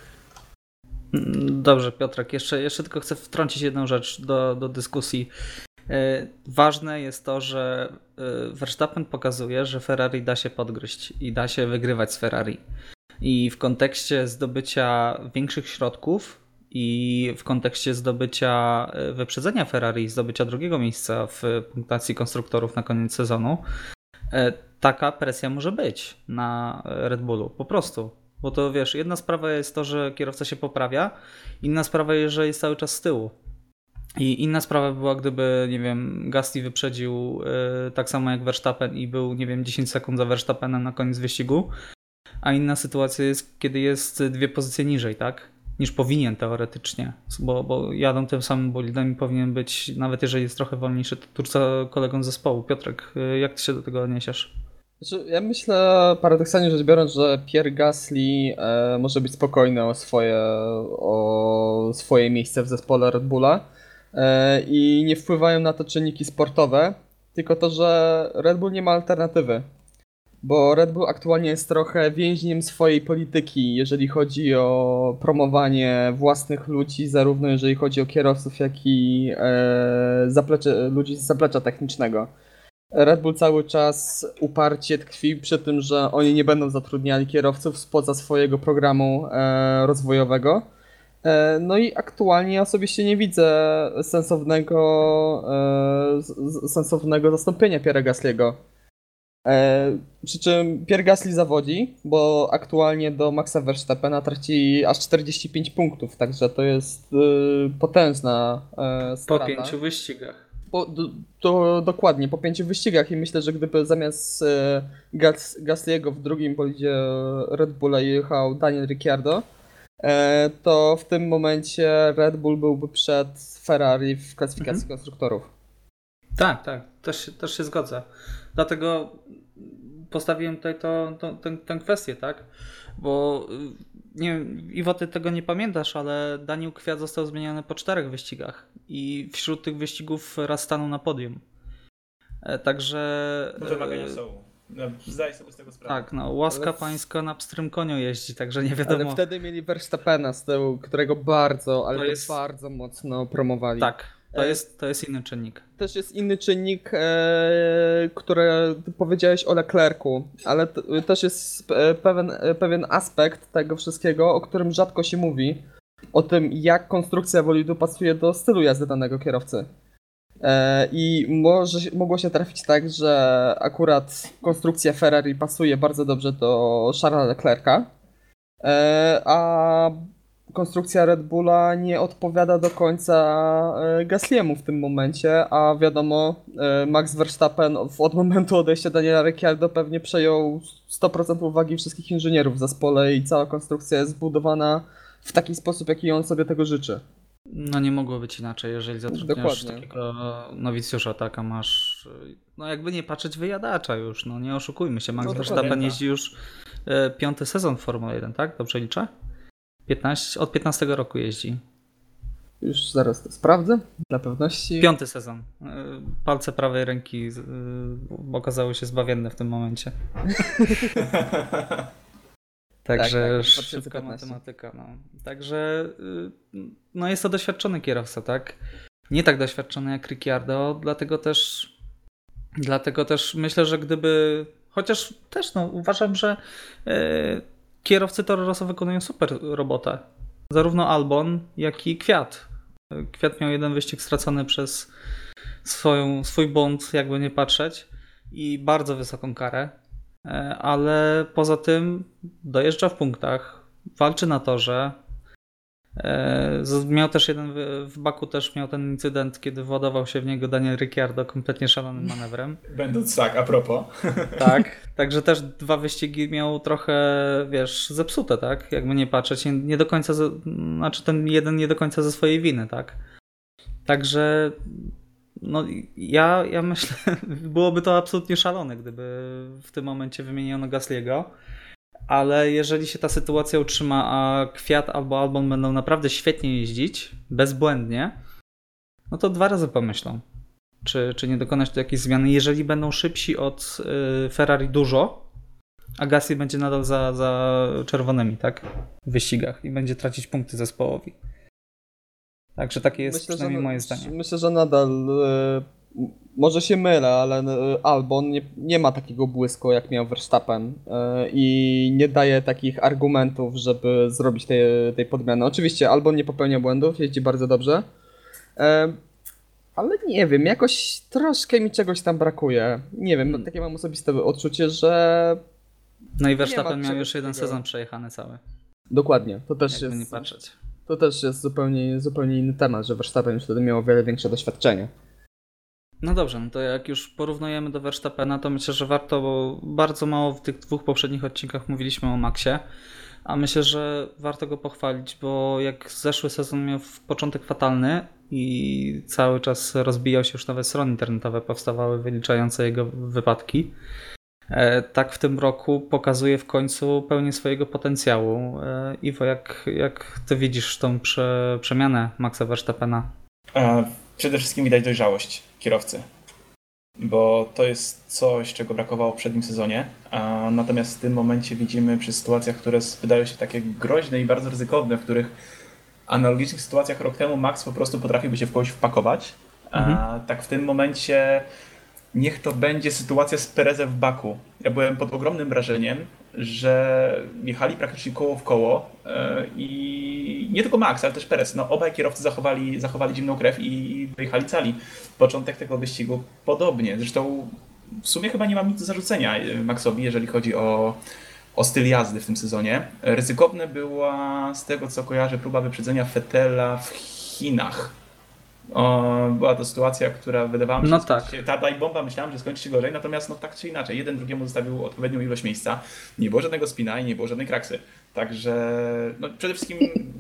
Dobrze, Piotrek, jeszcze tylko chcę wtrącić jedną rzecz do dyskusji. Ważne jest to, że Verstappen pokazuje, że Ferrari da się podgryźć i da się wygrywać z Ferrari. I w kontekście zdobycia większych środków i w kontekście zdobycia wyprzedzenia Ferrari, zdobycia 2. miejsca w punktacji konstruktorów na koniec sezonu, taka presja może być na Red Bullu, po prostu. Bo to wiesz, jedna sprawa jest to, że kierowca się poprawia, inna sprawa jest, że jest cały czas z tyłu. I inna sprawa była, gdyby, nie wiem, Gasly wyprzedził tak samo jak Verstappen i był, nie wiem, 10 sekund za Verstappenem na koniec wyścigu, a inna sytuacja jest, kiedy jest 2 pozycje niżej, tak? Niż powinien teoretycznie, bo jadą tym samym bolidem i powinien być, nawet jeżeli jest trochę wolniejszy, to turca kolegą zespołu. Piotrek, jak ty się do tego odniesiesz? Znaczy, ja myślę, paradoksalnie rzecz biorąc, że Pierre Gasly może być spokojny o swoje miejsce w zespole Red Bulla i nie wpływają na to czynniki sportowe, tylko to, że Red Bull nie ma alternatywy. Bo Red Bull aktualnie jest trochę więźniem swojej polityki, jeżeli chodzi o promowanie własnych ludzi, zarówno jeżeli chodzi o kierowców, jak i ludzi z zaplecza technicznego. Red Bull cały czas uparcie tkwi przy tym, że oni nie będą zatrudniali kierowców spoza swojego programu rozwojowego. No i aktualnie osobiście nie widzę sensownego zastąpienia Pierre'a Gasly'ego. Przy czym Pierre Gasly zawodzi, bo aktualnie do Maxa Verstappena traci aż 45 punktów, także to jest potężna strata. Po 5 wyścigach. Dokładnie, po 5 wyścigach i myślę, że gdyby zamiast Gasly'ego w drugim bolidzie Red Bulla jechał Daniel Ricciardo, to w tym momencie Red Bull byłby przed Ferrari w klasyfikacji konstruktorów. Tak, też się zgodzę. Dlatego postawiłem tutaj tę kwestię, tak? Bo nie wiem, Iwo, ty tego nie pamiętasz, ale Daniel Kwiat został zmieniony po 4 wyścigach i wśród tych wyścigów raz stanął na podium. Także... Wymagania są. Zdaję sobie z tego sprawę. Tak, no łaska pańska na pstrym koniu jeździ, także nie wiadomo. Ale wtedy mieli Verstappena z tyłu, którego bardzo mocno promowali. Tak. To jest inny czynnik. Też jest inny czynnik, który powiedziałeś o Leclercu, ale też jest pewien aspekt tego wszystkiego, o którym rzadko się mówi. O tym, jak konstrukcja bolidu pasuje do stylu jazdy danego kierowcy. I mogło się trafić tak, że akurat konstrukcja Ferrari pasuje bardzo dobrze do Charlesa Leclerca, a konstrukcja Red Bulla nie odpowiada do końca Gasly'emu w tym momencie, a wiadomo, Max Verstappen od momentu odejścia Daniela Ricciardo pewnie przejął 100% uwagi wszystkich inżynierów w zespole i cała konstrukcja jest zbudowana w taki sposób, jaki on sobie tego życzy. No nie mogło być inaczej, jeżeli zatrudniasz Dokładnie. takiego nowicjusza, tak, a masz, no jakby nie patrzeć, wyjadacza już, no nie oszukujmy się, Max No Verstappen dokładnie, jeździ już 5. sezon w Formule 1, tak? Dobrze liczę? Od 15 roku jeździ. Już zaraz to sprawdzę, dla pewności. 5. sezon. Palce prawej ręki okazały się zbawienne w tym momencie. Także tak, szybka 2015. matematyka. No. Także no jest to doświadczony kierowca, tak? Nie tak doświadczony jak Ricciardo, dlatego też myślę, że gdyby, chociaż też no, uważam, że kierowcy Toro Rosso wykonują super robotę. Zarówno Albon, jak i Kwiat. Kwiat miał jeden wyścig stracony przez swój błąd, jakby nie patrzeć, i bardzo wysoką karę. Ale poza tym dojeżdża w punktach, walczy na torze. Miał też w Baku też miał ten incydent, kiedy władował się w niego Daniel Ricciardo kompletnie szalonym manewrem. Będąc tak, a propos. Tak, także też 2 wyścigi miał trochę, wiesz, zepsute, tak? Jakby nie patrzeć, nie do końca, znaczy ten jeden nie do końca ze swojej winy, tak? Także no ja myślę, byłoby to absolutnie szalone, gdyby w tym momencie wymieniono Gasly'ego, ale jeżeli się ta sytuacja utrzyma, a Kwiat albo Albon będą naprawdę świetnie jeździć, bezbłędnie, no to 2 razy pomyślą, czy nie dokonać tu jakiejś zmiany. Jeżeli będą szybsi od Ferrari dużo, a Gasly będzie nadal za czerwonymi, tak? W wyścigach i będzie tracić punkty zespołowi. Także takie jest przynajmniej moje zdanie. Myślę, że nadal, może się mylę, ale Albon nie ma takiego błysku, jak miał Verstappen i nie daje takich argumentów, żeby zrobić tej podmiany. Oczywiście Albon nie popełnia błędów, jeździ bardzo dobrze, ale nie wiem, jakoś troszkę mi czegoś tam brakuje. Nie wiem, takie mam osobiste odczucie, że... No i Verstappen miał czegoś już jeden takiego. sezon przejechany cały. Dokładnie, to też Jakby jest... nie patrzeć. To też jest zupełnie inny temat, że Verstappen już wtedy miał o wiele większe doświadczenie. No dobrze, no to jak już porównujemy do Verstappena, to myślę, że warto, bo bardzo mało w tych 2 poprzednich odcinkach mówiliśmy o Maxie, a myślę, że warto go pochwalić, bo jak zeszły sezon miał początek fatalny i cały czas rozbijał się, już nawet strony internetowe powstawały wyliczające jego wypadki, tak w tym roku pokazuje w końcu pełnię swojego potencjału. Iwo, jak ty widzisz tą przemianę Maxa Verstappena? Przede wszystkim widać dojrzałość kierowcy, bo to jest coś, czego brakowało w poprzednim sezonie, natomiast w tym momencie widzimy przy sytuacjach, które wydają się takie groźne i bardzo ryzykowne, w których analogicznych sytuacjach rok temu Max po prostu potrafiłby się w kogoś wpakować, tak w tym momencie niech to będzie sytuacja z Perezem w Baku. Ja byłem pod ogromnym wrażeniem, że jechali praktycznie koło w koło i nie tylko Max, ale też Perez. No, obaj kierowcy zachowali zimną krew i wyjechali cali. Początek tego wyścigu podobnie. Zresztą w sumie chyba nie mam nic do zarzucenia Maxowi, jeżeli chodzi o styl jazdy w tym sezonie. Ryzykowne była, z tego co kojarzę, próba wyprzedzenia Vettela w Chinach. Była to sytuacja, która wydawała mi się, No tak. ta bomba, myślałem, że skończy się gorzej, natomiast no tak czy inaczej, jeden drugiemu zostawił odpowiednią ilość miejsca, nie było żadnego spina i nie było żadnej kraksy, także no, przede wszystkim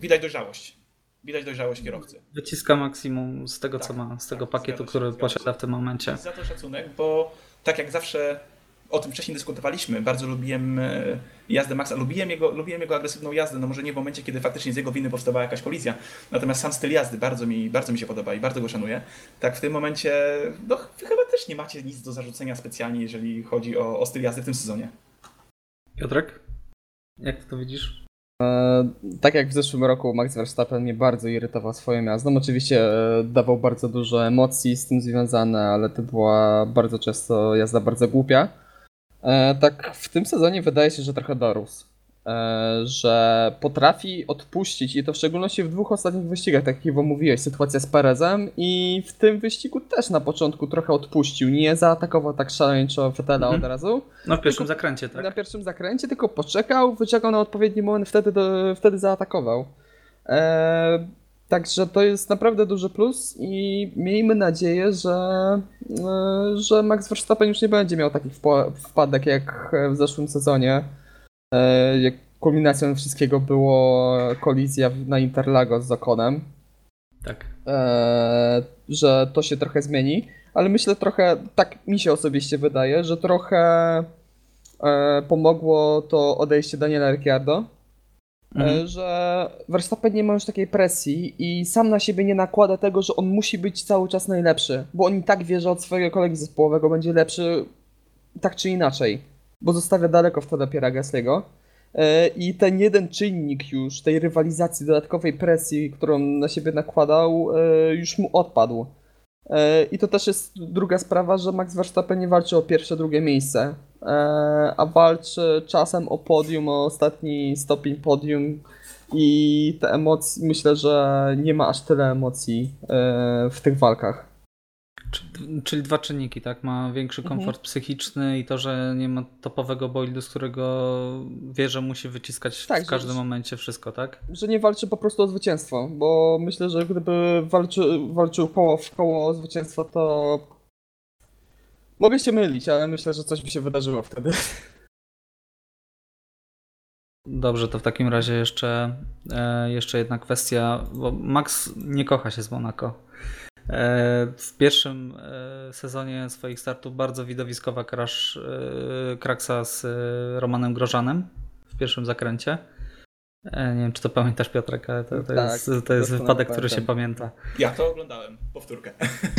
widać dojrzałość kierowcy. Wyciska maksimum z tego, co ma, z tego pakietu, zgadza się, który zgadza posiada się. w tym momencie. Za to szacunek, bo tak jak zawsze o tym wcześniej dyskutowaliśmy, bardzo lubiłem jazdę Maxa, lubiłem jego agresywną jazdę, no może nie w momencie, kiedy faktycznie z jego winy powstawała jakaś kolizja, natomiast sam styl jazdy bardzo mi się podoba i bardzo go szanuję. Tak w tym momencie, no wy chyba też nie macie nic do zarzucenia specjalnie, jeżeli chodzi o styl jazdy w tym sezonie. Piotrek, jak ty to widzisz? Tak jak w zeszłym roku Max Verstappen mnie bardzo irytował swoją jazdą. Oczywiście dawał bardzo dużo emocji z tym związane, ale to była bardzo często jazda bardzo głupia. Tak w tym sezonie wydaje się, że trochę dorósł. że potrafi odpuścić i to w szczególności w 2 ostatnich wyścigach, tak jak Iwo mówiłeś, sytuacja z Perezem i w tym wyścigu też na początku trochę odpuścił, nie zaatakował tak szaleńczo Vettela od razu. No w pierwszym zakręcie, tak? Na pierwszym zakręcie, tylko poczekał, wyczekał na odpowiedni moment, wtedy zaatakował. Także to jest naprawdę duży plus i miejmy nadzieję, że Max Verstappen już nie będzie miał takich wpadek jak w zeszłym sezonie. Jak kulminacją wszystkiego było kolizja na Interlagos z Oconem. Tak. Że to się trochę zmieni, ale myślę trochę, tak mi się osobiście wydaje, że trochę pomogło to odejście Daniela Ricciardo, że Verstappen nie ma już takiej presji i sam na siebie nie nakłada tego, że on musi być cały czas najlepszy, bo on i tak wie, że od swojego kolegi zespołowego będzie lepszy tak czy inaczej, bo zostawia daleko wtedy Pierre'a Gasly'ego. I ten jeden czynnik już tej rywalizacji, dodatkowej presji, którą na siebie nakładał, już mu odpadł. I to też jest druga sprawa, że Max Verstappen nie walczy o pierwsze, drugie miejsce, a walczy czasem o podium, o ostatni stopień podium i te emocje, myślę, że nie ma aż tyle emocji w tych walkach. Czyli 2 czynniki, tak? Ma większy komfort psychiczny i to, że nie ma topowego bolidu, z którego wie, że musi wyciskać tak, w każdym momencie wszystko, tak? Że nie walczy po prostu o zwycięstwo, bo myślę, że gdyby walczył koło w koło o zwycięstwo, to mogę się mylić, ale myślę, że coś by się wydarzyło wtedy. Dobrze, to w takim razie jeszcze jedna kwestia, bo Max nie kocha się z Monaco. W pierwszym sezonie swoich startów bardzo widowiskowa kraksa z Romanem Grosjeanem w pierwszym zakręcie. Nie wiem, czy to pamiętasz, Piotrek, ale to jest wypadek, który się pamięta. Ja to oglądałem, powtórkę.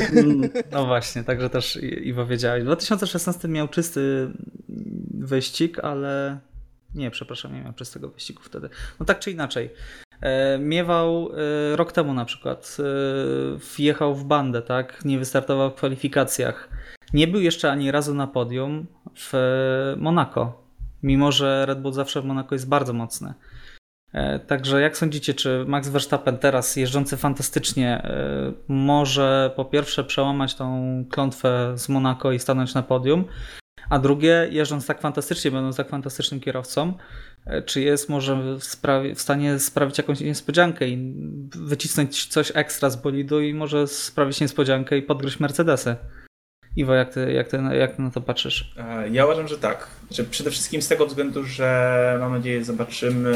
No właśnie, także też Iwo wiedziałeś. W 2016 miał czysty wyścig, ale... Nie, przepraszam, nie miał czystego wyścigu wtedy. No tak czy inaczej. Miewał rok temu na przykład, wjechał w bandę, tak? Nie wystartował w kwalifikacjach. Nie był jeszcze ani razu na podium w Monaco, mimo że Red Bull zawsze w Monaco jest bardzo mocny. Także jak sądzicie, czy Max Verstappen teraz jeżdżący fantastycznie może po pierwsze przełamać tą klątwę z Monaco i stanąć na podium, a drugie, jeżdżąc tak fantastycznie, będąc tak fantastycznym kierowcą, czy jest może w stanie sprawić jakąś niespodziankę i wycisnąć coś ekstra z bolidu i może sprawić niespodziankę i podgryźć Mercedesy? Iwo, jak ty na to patrzysz? Ja uważam, że tak. Że przede wszystkim z tego względu, że mam nadzieję zobaczymy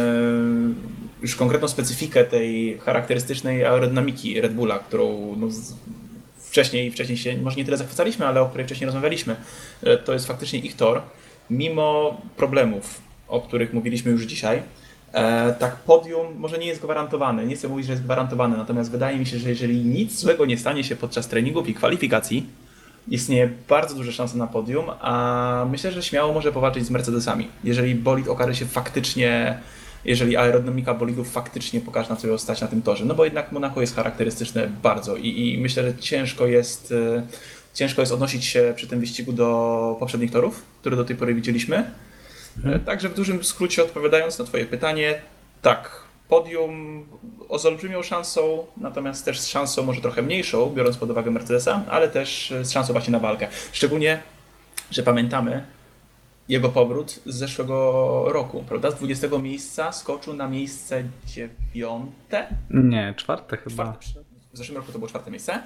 już konkretną specyfikę tej charakterystycznej aerodynamiki Red Bulla, którą wcześniej się może nie tyle zachwycaliśmy, ale o której wcześniej rozmawialiśmy. To jest faktycznie ich tor. Mimo problemów, o których mówiliśmy już dzisiaj, tak podium może nie jest gwarantowane. Nie chcę mówić, że jest gwarantowane, natomiast wydaje mi się, że jeżeli nic złego nie stanie się podczas treningów i kwalifikacji, istnieje bardzo duże szanse na podium, a myślę, że śmiało może powalczyć z Mercedesami. Jeżeli bolid okaże się faktycznie, jeżeli aerodynamika bolidów faktycznie pokaże, na co ją stać na tym torze. No bo jednak Monaco jest charakterystyczne bardzo i myślę, że ciężko jest odnosić się przy tym wyścigu do poprzednich torów, które do tej pory widzieliśmy. Także w dużym skrócie odpowiadając na twoje pytanie, tak, podium z olbrzymią szansą, natomiast też z szansą może trochę mniejszą, biorąc pod uwagę Mercedesa, ale też z szansą właśnie na walkę. Szczególnie, że pamiętamy jego powrót z zeszłego roku, prawda? Z 20 miejsca skoczył na miejsce 9. Nie, 4 chyba. W zeszłym roku to było 4 miejsce?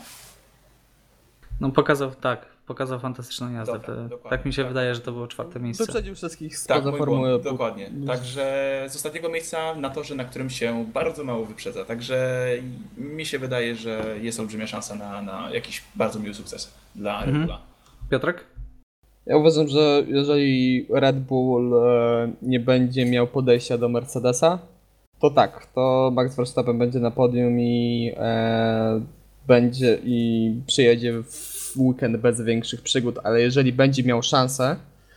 No pokazał fantastyczną jazdę. Dobra, tak mi się wydaje, że to było 4 miejsce. Wyprzedził wszystkich spoza formuły. Dokładnie. Także z ostatniego miejsca na torze, na którym się bardzo mało wyprzedza. Także mi się wydaje, że jest olbrzymia szansa na jakiś bardzo miły sukces dla Red Bulla. Piotrek? Ja uważam, że jeżeli Red Bull nie będzie miał podejścia do Mercedesa, to tak, to Max Verstappen będzie na podium i przyjedzie w weekend bez większych przygód, ale jeżeli będzie miał szansę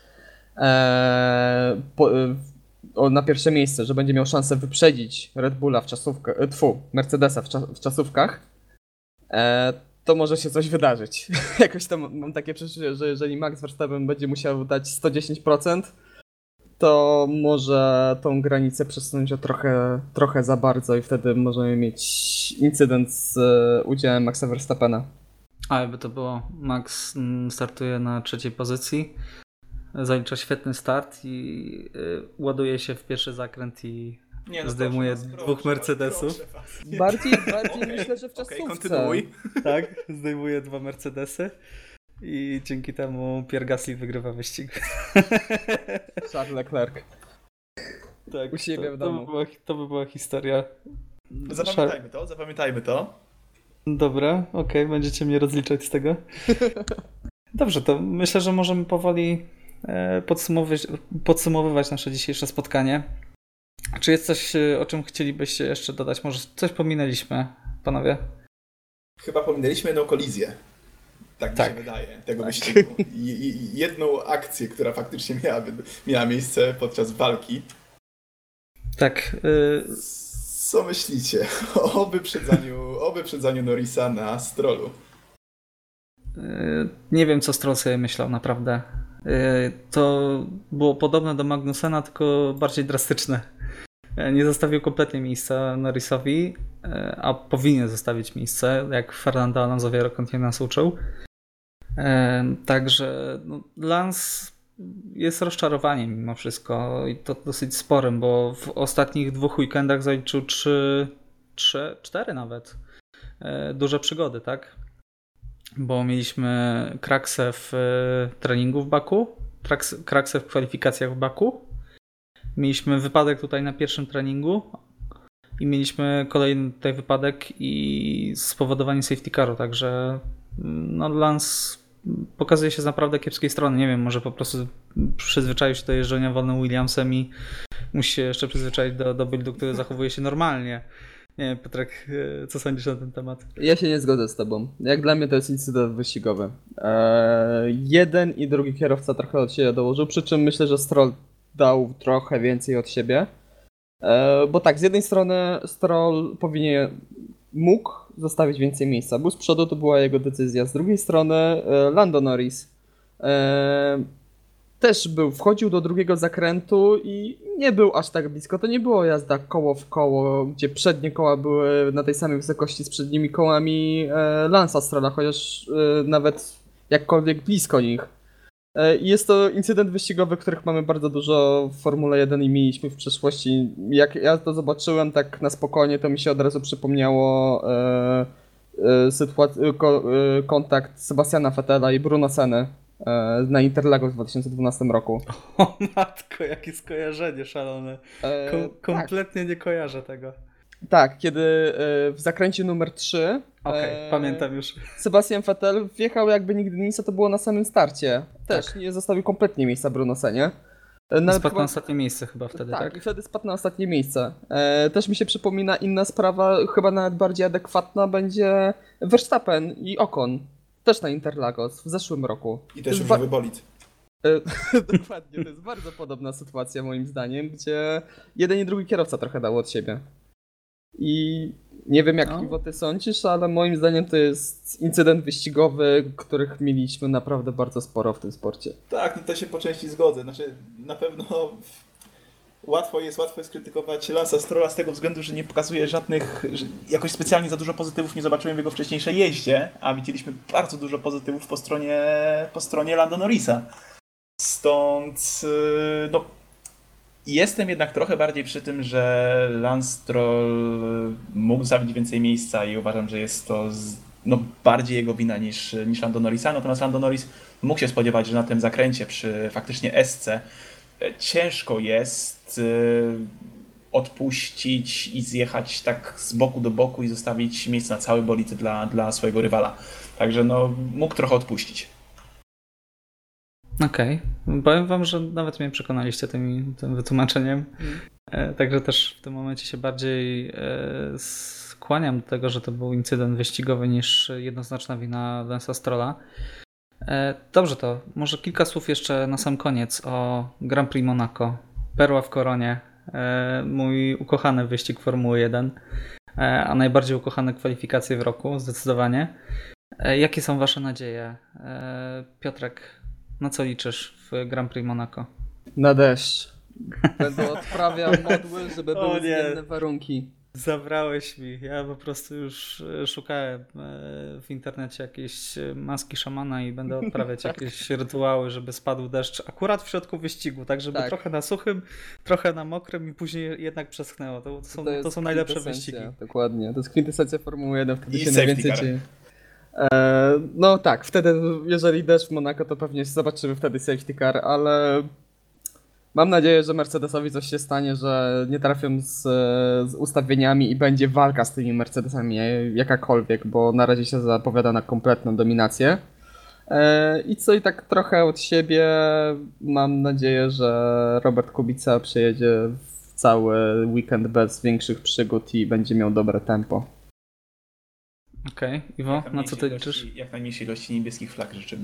na pierwsze miejsce, że będzie miał szansę wyprzedzić Red Bulla Mercedesa w czasówkach, to może się coś wydarzyć. Jakoś tam mam takie przeczucie, że jeżeli Max Verstappen będzie musiał dać 110%, to może tą granicę przesunąć o trochę za bardzo i wtedy możemy mieć incydent z udziałem Maxa Verstappena. A jakby to było, Max startuje na 3. pozycji, zalicza świetny start i ładuje się w pierwszy zakręt i zdejmuje proszę was, 2 proszę Mercedesów. was, proszę was. Bardziej Okej, myślę, że w czasówce. kontynuuj. Tak, zdejmuje 2 Mercedesy i dzięki temu Pierre Gasly wygrywa wyścig. Charles Leclerc. Tak, U siebie w domu. To by była historia. Zapamiętajmy to. Dobra, okej, będziecie mnie rozliczać z tego. Dobrze, to myślę, że możemy powoli podsumowywać nasze dzisiejsze spotkanie. Czy jest coś, o czym chcielibyście jeszcze dodać? Może coś pominęliśmy, panowie? Chyba pominęliśmy jedną kolizję. Tak mi się wydaje, tego wyścigu. Jedną akcję, która faktycznie miała miejsce podczas walki. Tak. Co myślicie o wyprzedzaniu Norrisa na Strollu? Nie wiem, co Stroll sobie myślał, naprawdę. To było podobne do Magnusena, tylko bardziej drastyczne. Nie zostawił kompletnie miejsca Norrisowi, a powinien zostawić miejsce, jak Fernando Alonso wielokrotnie nas uczył. Także Lance jest rozczarowaniem mimo wszystko i to dosyć sporym, bo w ostatnich 2 weekendach zaliczył 4 nawet duże przygody, tak? Bo mieliśmy kraksę w treningu w Baku, kraksę w kwalifikacjach w Baku, mieliśmy wypadek tutaj na pierwszym treningu i mieliśmy kolejny tutaj wypadek i spowodowanie safety caru, także Lance pokazuje się z naprawdę kiepskiej strony. Nie wiem, może po prostu przyzwyczaił się do jeżdżenia wolnym Williamsem i musi się jeszcze przyzwyczaić do buildu, który zachowuje się normalnie. Nie wiem, Piotrek, co sądzisz na ten temat? Ja się nie zgodzę z tobą. Jak dla mnie to jest incydent wyścigowy. Jeden i drugi kierowca trochę od siebie dołożył, przy czym myślę, że Stroll dał trochę więcej od siebie. Bo tak, z jednej strony Stroll mógł zostawić więcej miejsca. Był z przodu, to była jego decyzja. Z drugiej strony Lando Norris też wchodził do drugiego zakrętu i nie był aż tak blisko. To nie było jazda koło w koło, gdzie przednie koła były na tej samej wysokości z przednimi kołami Lance'a Strolla, chociaż nawet jakkolwiek blisko nich. Jest to incydent wyścigowy, których mamy bardzo dużo w Formule 1 i mieliśmy w przeszłości. Jak ja to zobaczyłem tak na spokojnie, to mi się od razu przypomniało kontakt Sebastiana Vettela i Bruno Senny na Interlagos w 2012 roku. O matko, jakie skojarzenie szalone. Kompletnie nie kojarzę tego. Tak, kiedy w zakręcie numer 3 pamiętam już. Sebastian Vettel wjechał jakby nigdy nic, a to było na samym starcie. Też nie zostawił kompletnie miejsca Bruno Sennie. Spadł na ostatnie miejsce chyba wtedy, tak? Tak, i wtedy spadł na ostatnie miejsce. Też mi się przypomina inna sprawa, chyba nawet bardziej adekwatna będzie Verstappen i Ocon. Też na Interlagos w zeszłym roku. I też różowy bolid. Dokładnie, to jest bardzo podobna sytuacja moim zdaniem, gdzie jeden i drugi kierowca trochę dał od siebie. I nie wiem, jak Iwo, ty sądzisz, ale moim zdaniem to jest incydent wyścigowy, których mieliśmy naprawdę bardzo sporo w tym sporcie. Tak, no to się po części zgodzę. Znaczy, na pewno łatwo jest skrytykować Lance'a Strolla z tego względu, że nie pokazuje jakoś specjalnie za dużo pozytywów nie zobaczyłem w jego wcześniejszej jeździe, a widzieliśmy bardzo dużo pozytywów po stronie Lando Norrisa. Stąd, jestem jednak trochę bardziej przy tym, że Lance Stroll mógł zabić więcej miejsca i uważam, że jest to bardziej jego wina niż Lando Norrisa. Natomiast Lando Norris mógł się spodziewać, że na tym zakręcie przy faktycznie S-ce ciężko jest odpuścić i zjechać tak z boku do boku i zostawić miejsce na cały bolid dla swojego rywala. Także mógł trochę odpuścić. Okej. Powiem wam, że nawet mnie przekonaliście tym wytłumaczeniem. Także też w tym momencie się bardziej skłaniam do tego, że to był incydent wyścigowy niż jednoznaczna wina Lance'a Strolla. Dobrze, to może kilka słów jeszcze na sam koniec o Grand Prix Monaco. Perła w koronie. Mój ukochany wyścig Formuły 1, a najbardziej ukochane kwalifikacje w roku, zdecydowanie. Jakie są wasze nadzieje? Piotrek, na co liczysz w Grand Prix Monaco? Na deszcz. Będę odprawiał modły, żeby O były nie. zmienne warunki. Zabrałeś mi. Ja po prostu już szukałem w internecie jakiejś maski szamana i będę odprawiać jakieś rytuały, żeby spadł deszcz akurat w środku wyścigu, tak żeby Tak. trochę na suchym, trochę na mokrym i później jednak przeschnęło. To jest są najlepsze kwintesencja, wyścigi. Dokładnie. To jest kwintesencja Formuły 1, wtedy I się safety najwięcej car. dzieje. No tak, wtedy jeżeli deszcz w Monako, to pewnie zobaczymy wtedy safety car, ale mam nadzieję, że Mercedesowi coś się stanie, że nie trafią z ustawieniami i będzie walka z tymi Mercedesami jakakolwiek, bo na razie się zapowiada na kompletną dominację. I co i tak trochę od siebie mam nadzieję, że Robert Kubica przejedzie w cały weekend bez większych przygód i będzie miał dobre tempo. Okej, Iwo, na co ty liczysz? Jak najmniejszej ilości niebieskich flag życzymy.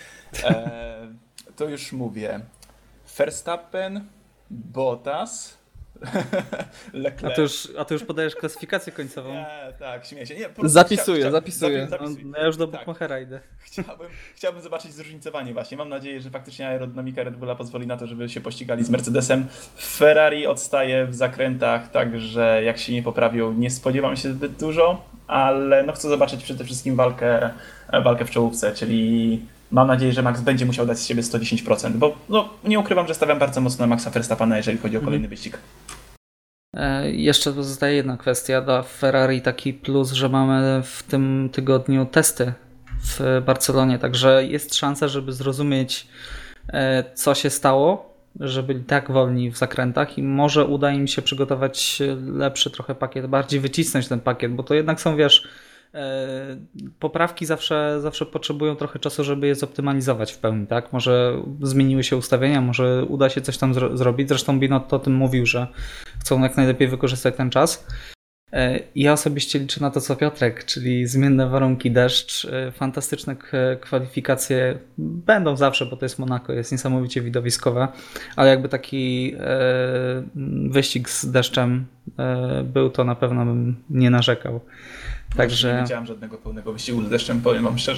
To już mówię. Verstappen, Bottas, Leclerc. A ty już podajesz klasyfikację końcową? Nie, tak, śmieję się. Nie, po prostu Zapisuję. No, ja już do Buchmachera idę. Chciałbym zobaczyć zróżnicowanie właśnie. Mam nadzieję, że faktycznie aerodynamika Red Bulla pozwoli na to, żeby się pościgali z Mercedesem. Ferrari odstaje w zakrętach, także jak się nie poprawią, nie spodziewam się zbyt dużo, ale no chcę zobaczyć przede wszystkim walkę w czołówce, czyli mam nadzieję, że Max będzie musiał dać z siebie 110%, bo no, nie ukrywam, że stawiam bardzo mocno na Maxa Verstappena, jeżeli chodzi o kolejny wyścig. Jeszcze pozostaje jedna kwestia dla Ferrari, taki plus, że mamy w tym tygodniu testy w Barcelonie, także jest szansa, żeby zrozumieć, co się stało, że byli tak wolni w zakrętach i może uda im się przygotować lepszy trochę pakiet, bardziej wycisnąć ten pakiet, bo to jednak są, wiesz, poprawki zawsze potrzebują trochę czasu, żeby je zoptymalizować w pełni, tak? Może zmieniły się ustawienia, może uda się coś tam zrobić. Zresztą Binotto o tym mówił, że chcą jak najlepiej wykorzystać ten czas. Ja osobiście liczę na to, co Piotrek, czyli zmienne warunki, deszcz, fantastyczne kwalifikacje będą zawsze, bo to jest Monako, jest niesamowicie widowiskowe, ale jakby taki wyścig z deszczem był, to na pewno bym nie narzekał. Także... Nie widziałem żadnego pełnego wyścigu z deszczem, powiem wam szczerze.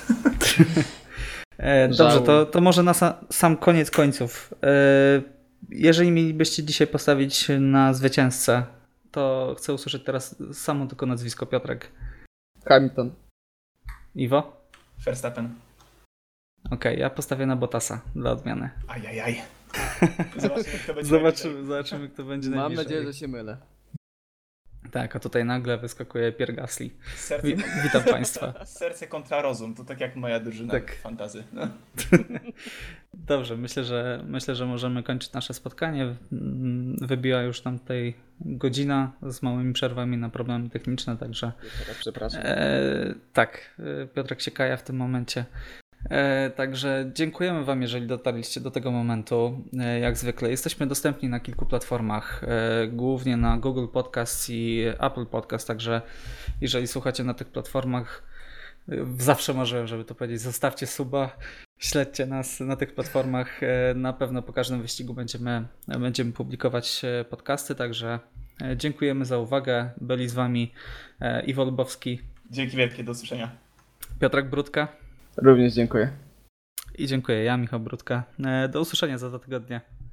Dobrze, to może na sam koniec końców. Jeżeli mielibyście dzisiaj postawić na zwycięzcę, to chcę usłyszeć teraz samo tylko nazwisko. Piotrek. Hamilton. Iwo? Verstappen. Okej, ja postawię na Bottasa dla odmiany. Ajajaj. Zobaczymy, kto będzie Zobaczymy, kto będzie Mam najbliżej. nadzieję, że się mylę. Tak, a tutaj nagle wyskakuje Pierre Gasly. Serce Witam Państwa. Serce kontra rozum, to tak jak moja drużyna Tak. fantazy. No. Dobrze, myślę, że możemy kończyć nasze spotkanie. Wybiła już nam tutaj godzina z małymi przerwami na problemy techniczne, także Przepraszam. tak, Piotrek się kaja w tym momencie. Także dziękujemy Wam, jeżeli dotarliście do tego momentu. Jak zwykle jesteśmy dostępni na kilku platformach, głównie na Google Podcast i Apple Podcast, także jeżeli słuchacie na tych platformach, zawsze marzyłem, żeby to powiedzieć, zostawcie suba, śledźcie nas na tych platformach, na pewno po każdym wyścigu będziemy publikować podcasty, także dziękujemy za uwagę, byli z Wami Iwo Lubowski, Dzięki wielkie, do usłyszenia. Piotrek Brudka. Również dziękuję. I dziękuję, ja Michał Brudka. Do usłyszenia za 2 tygodnie.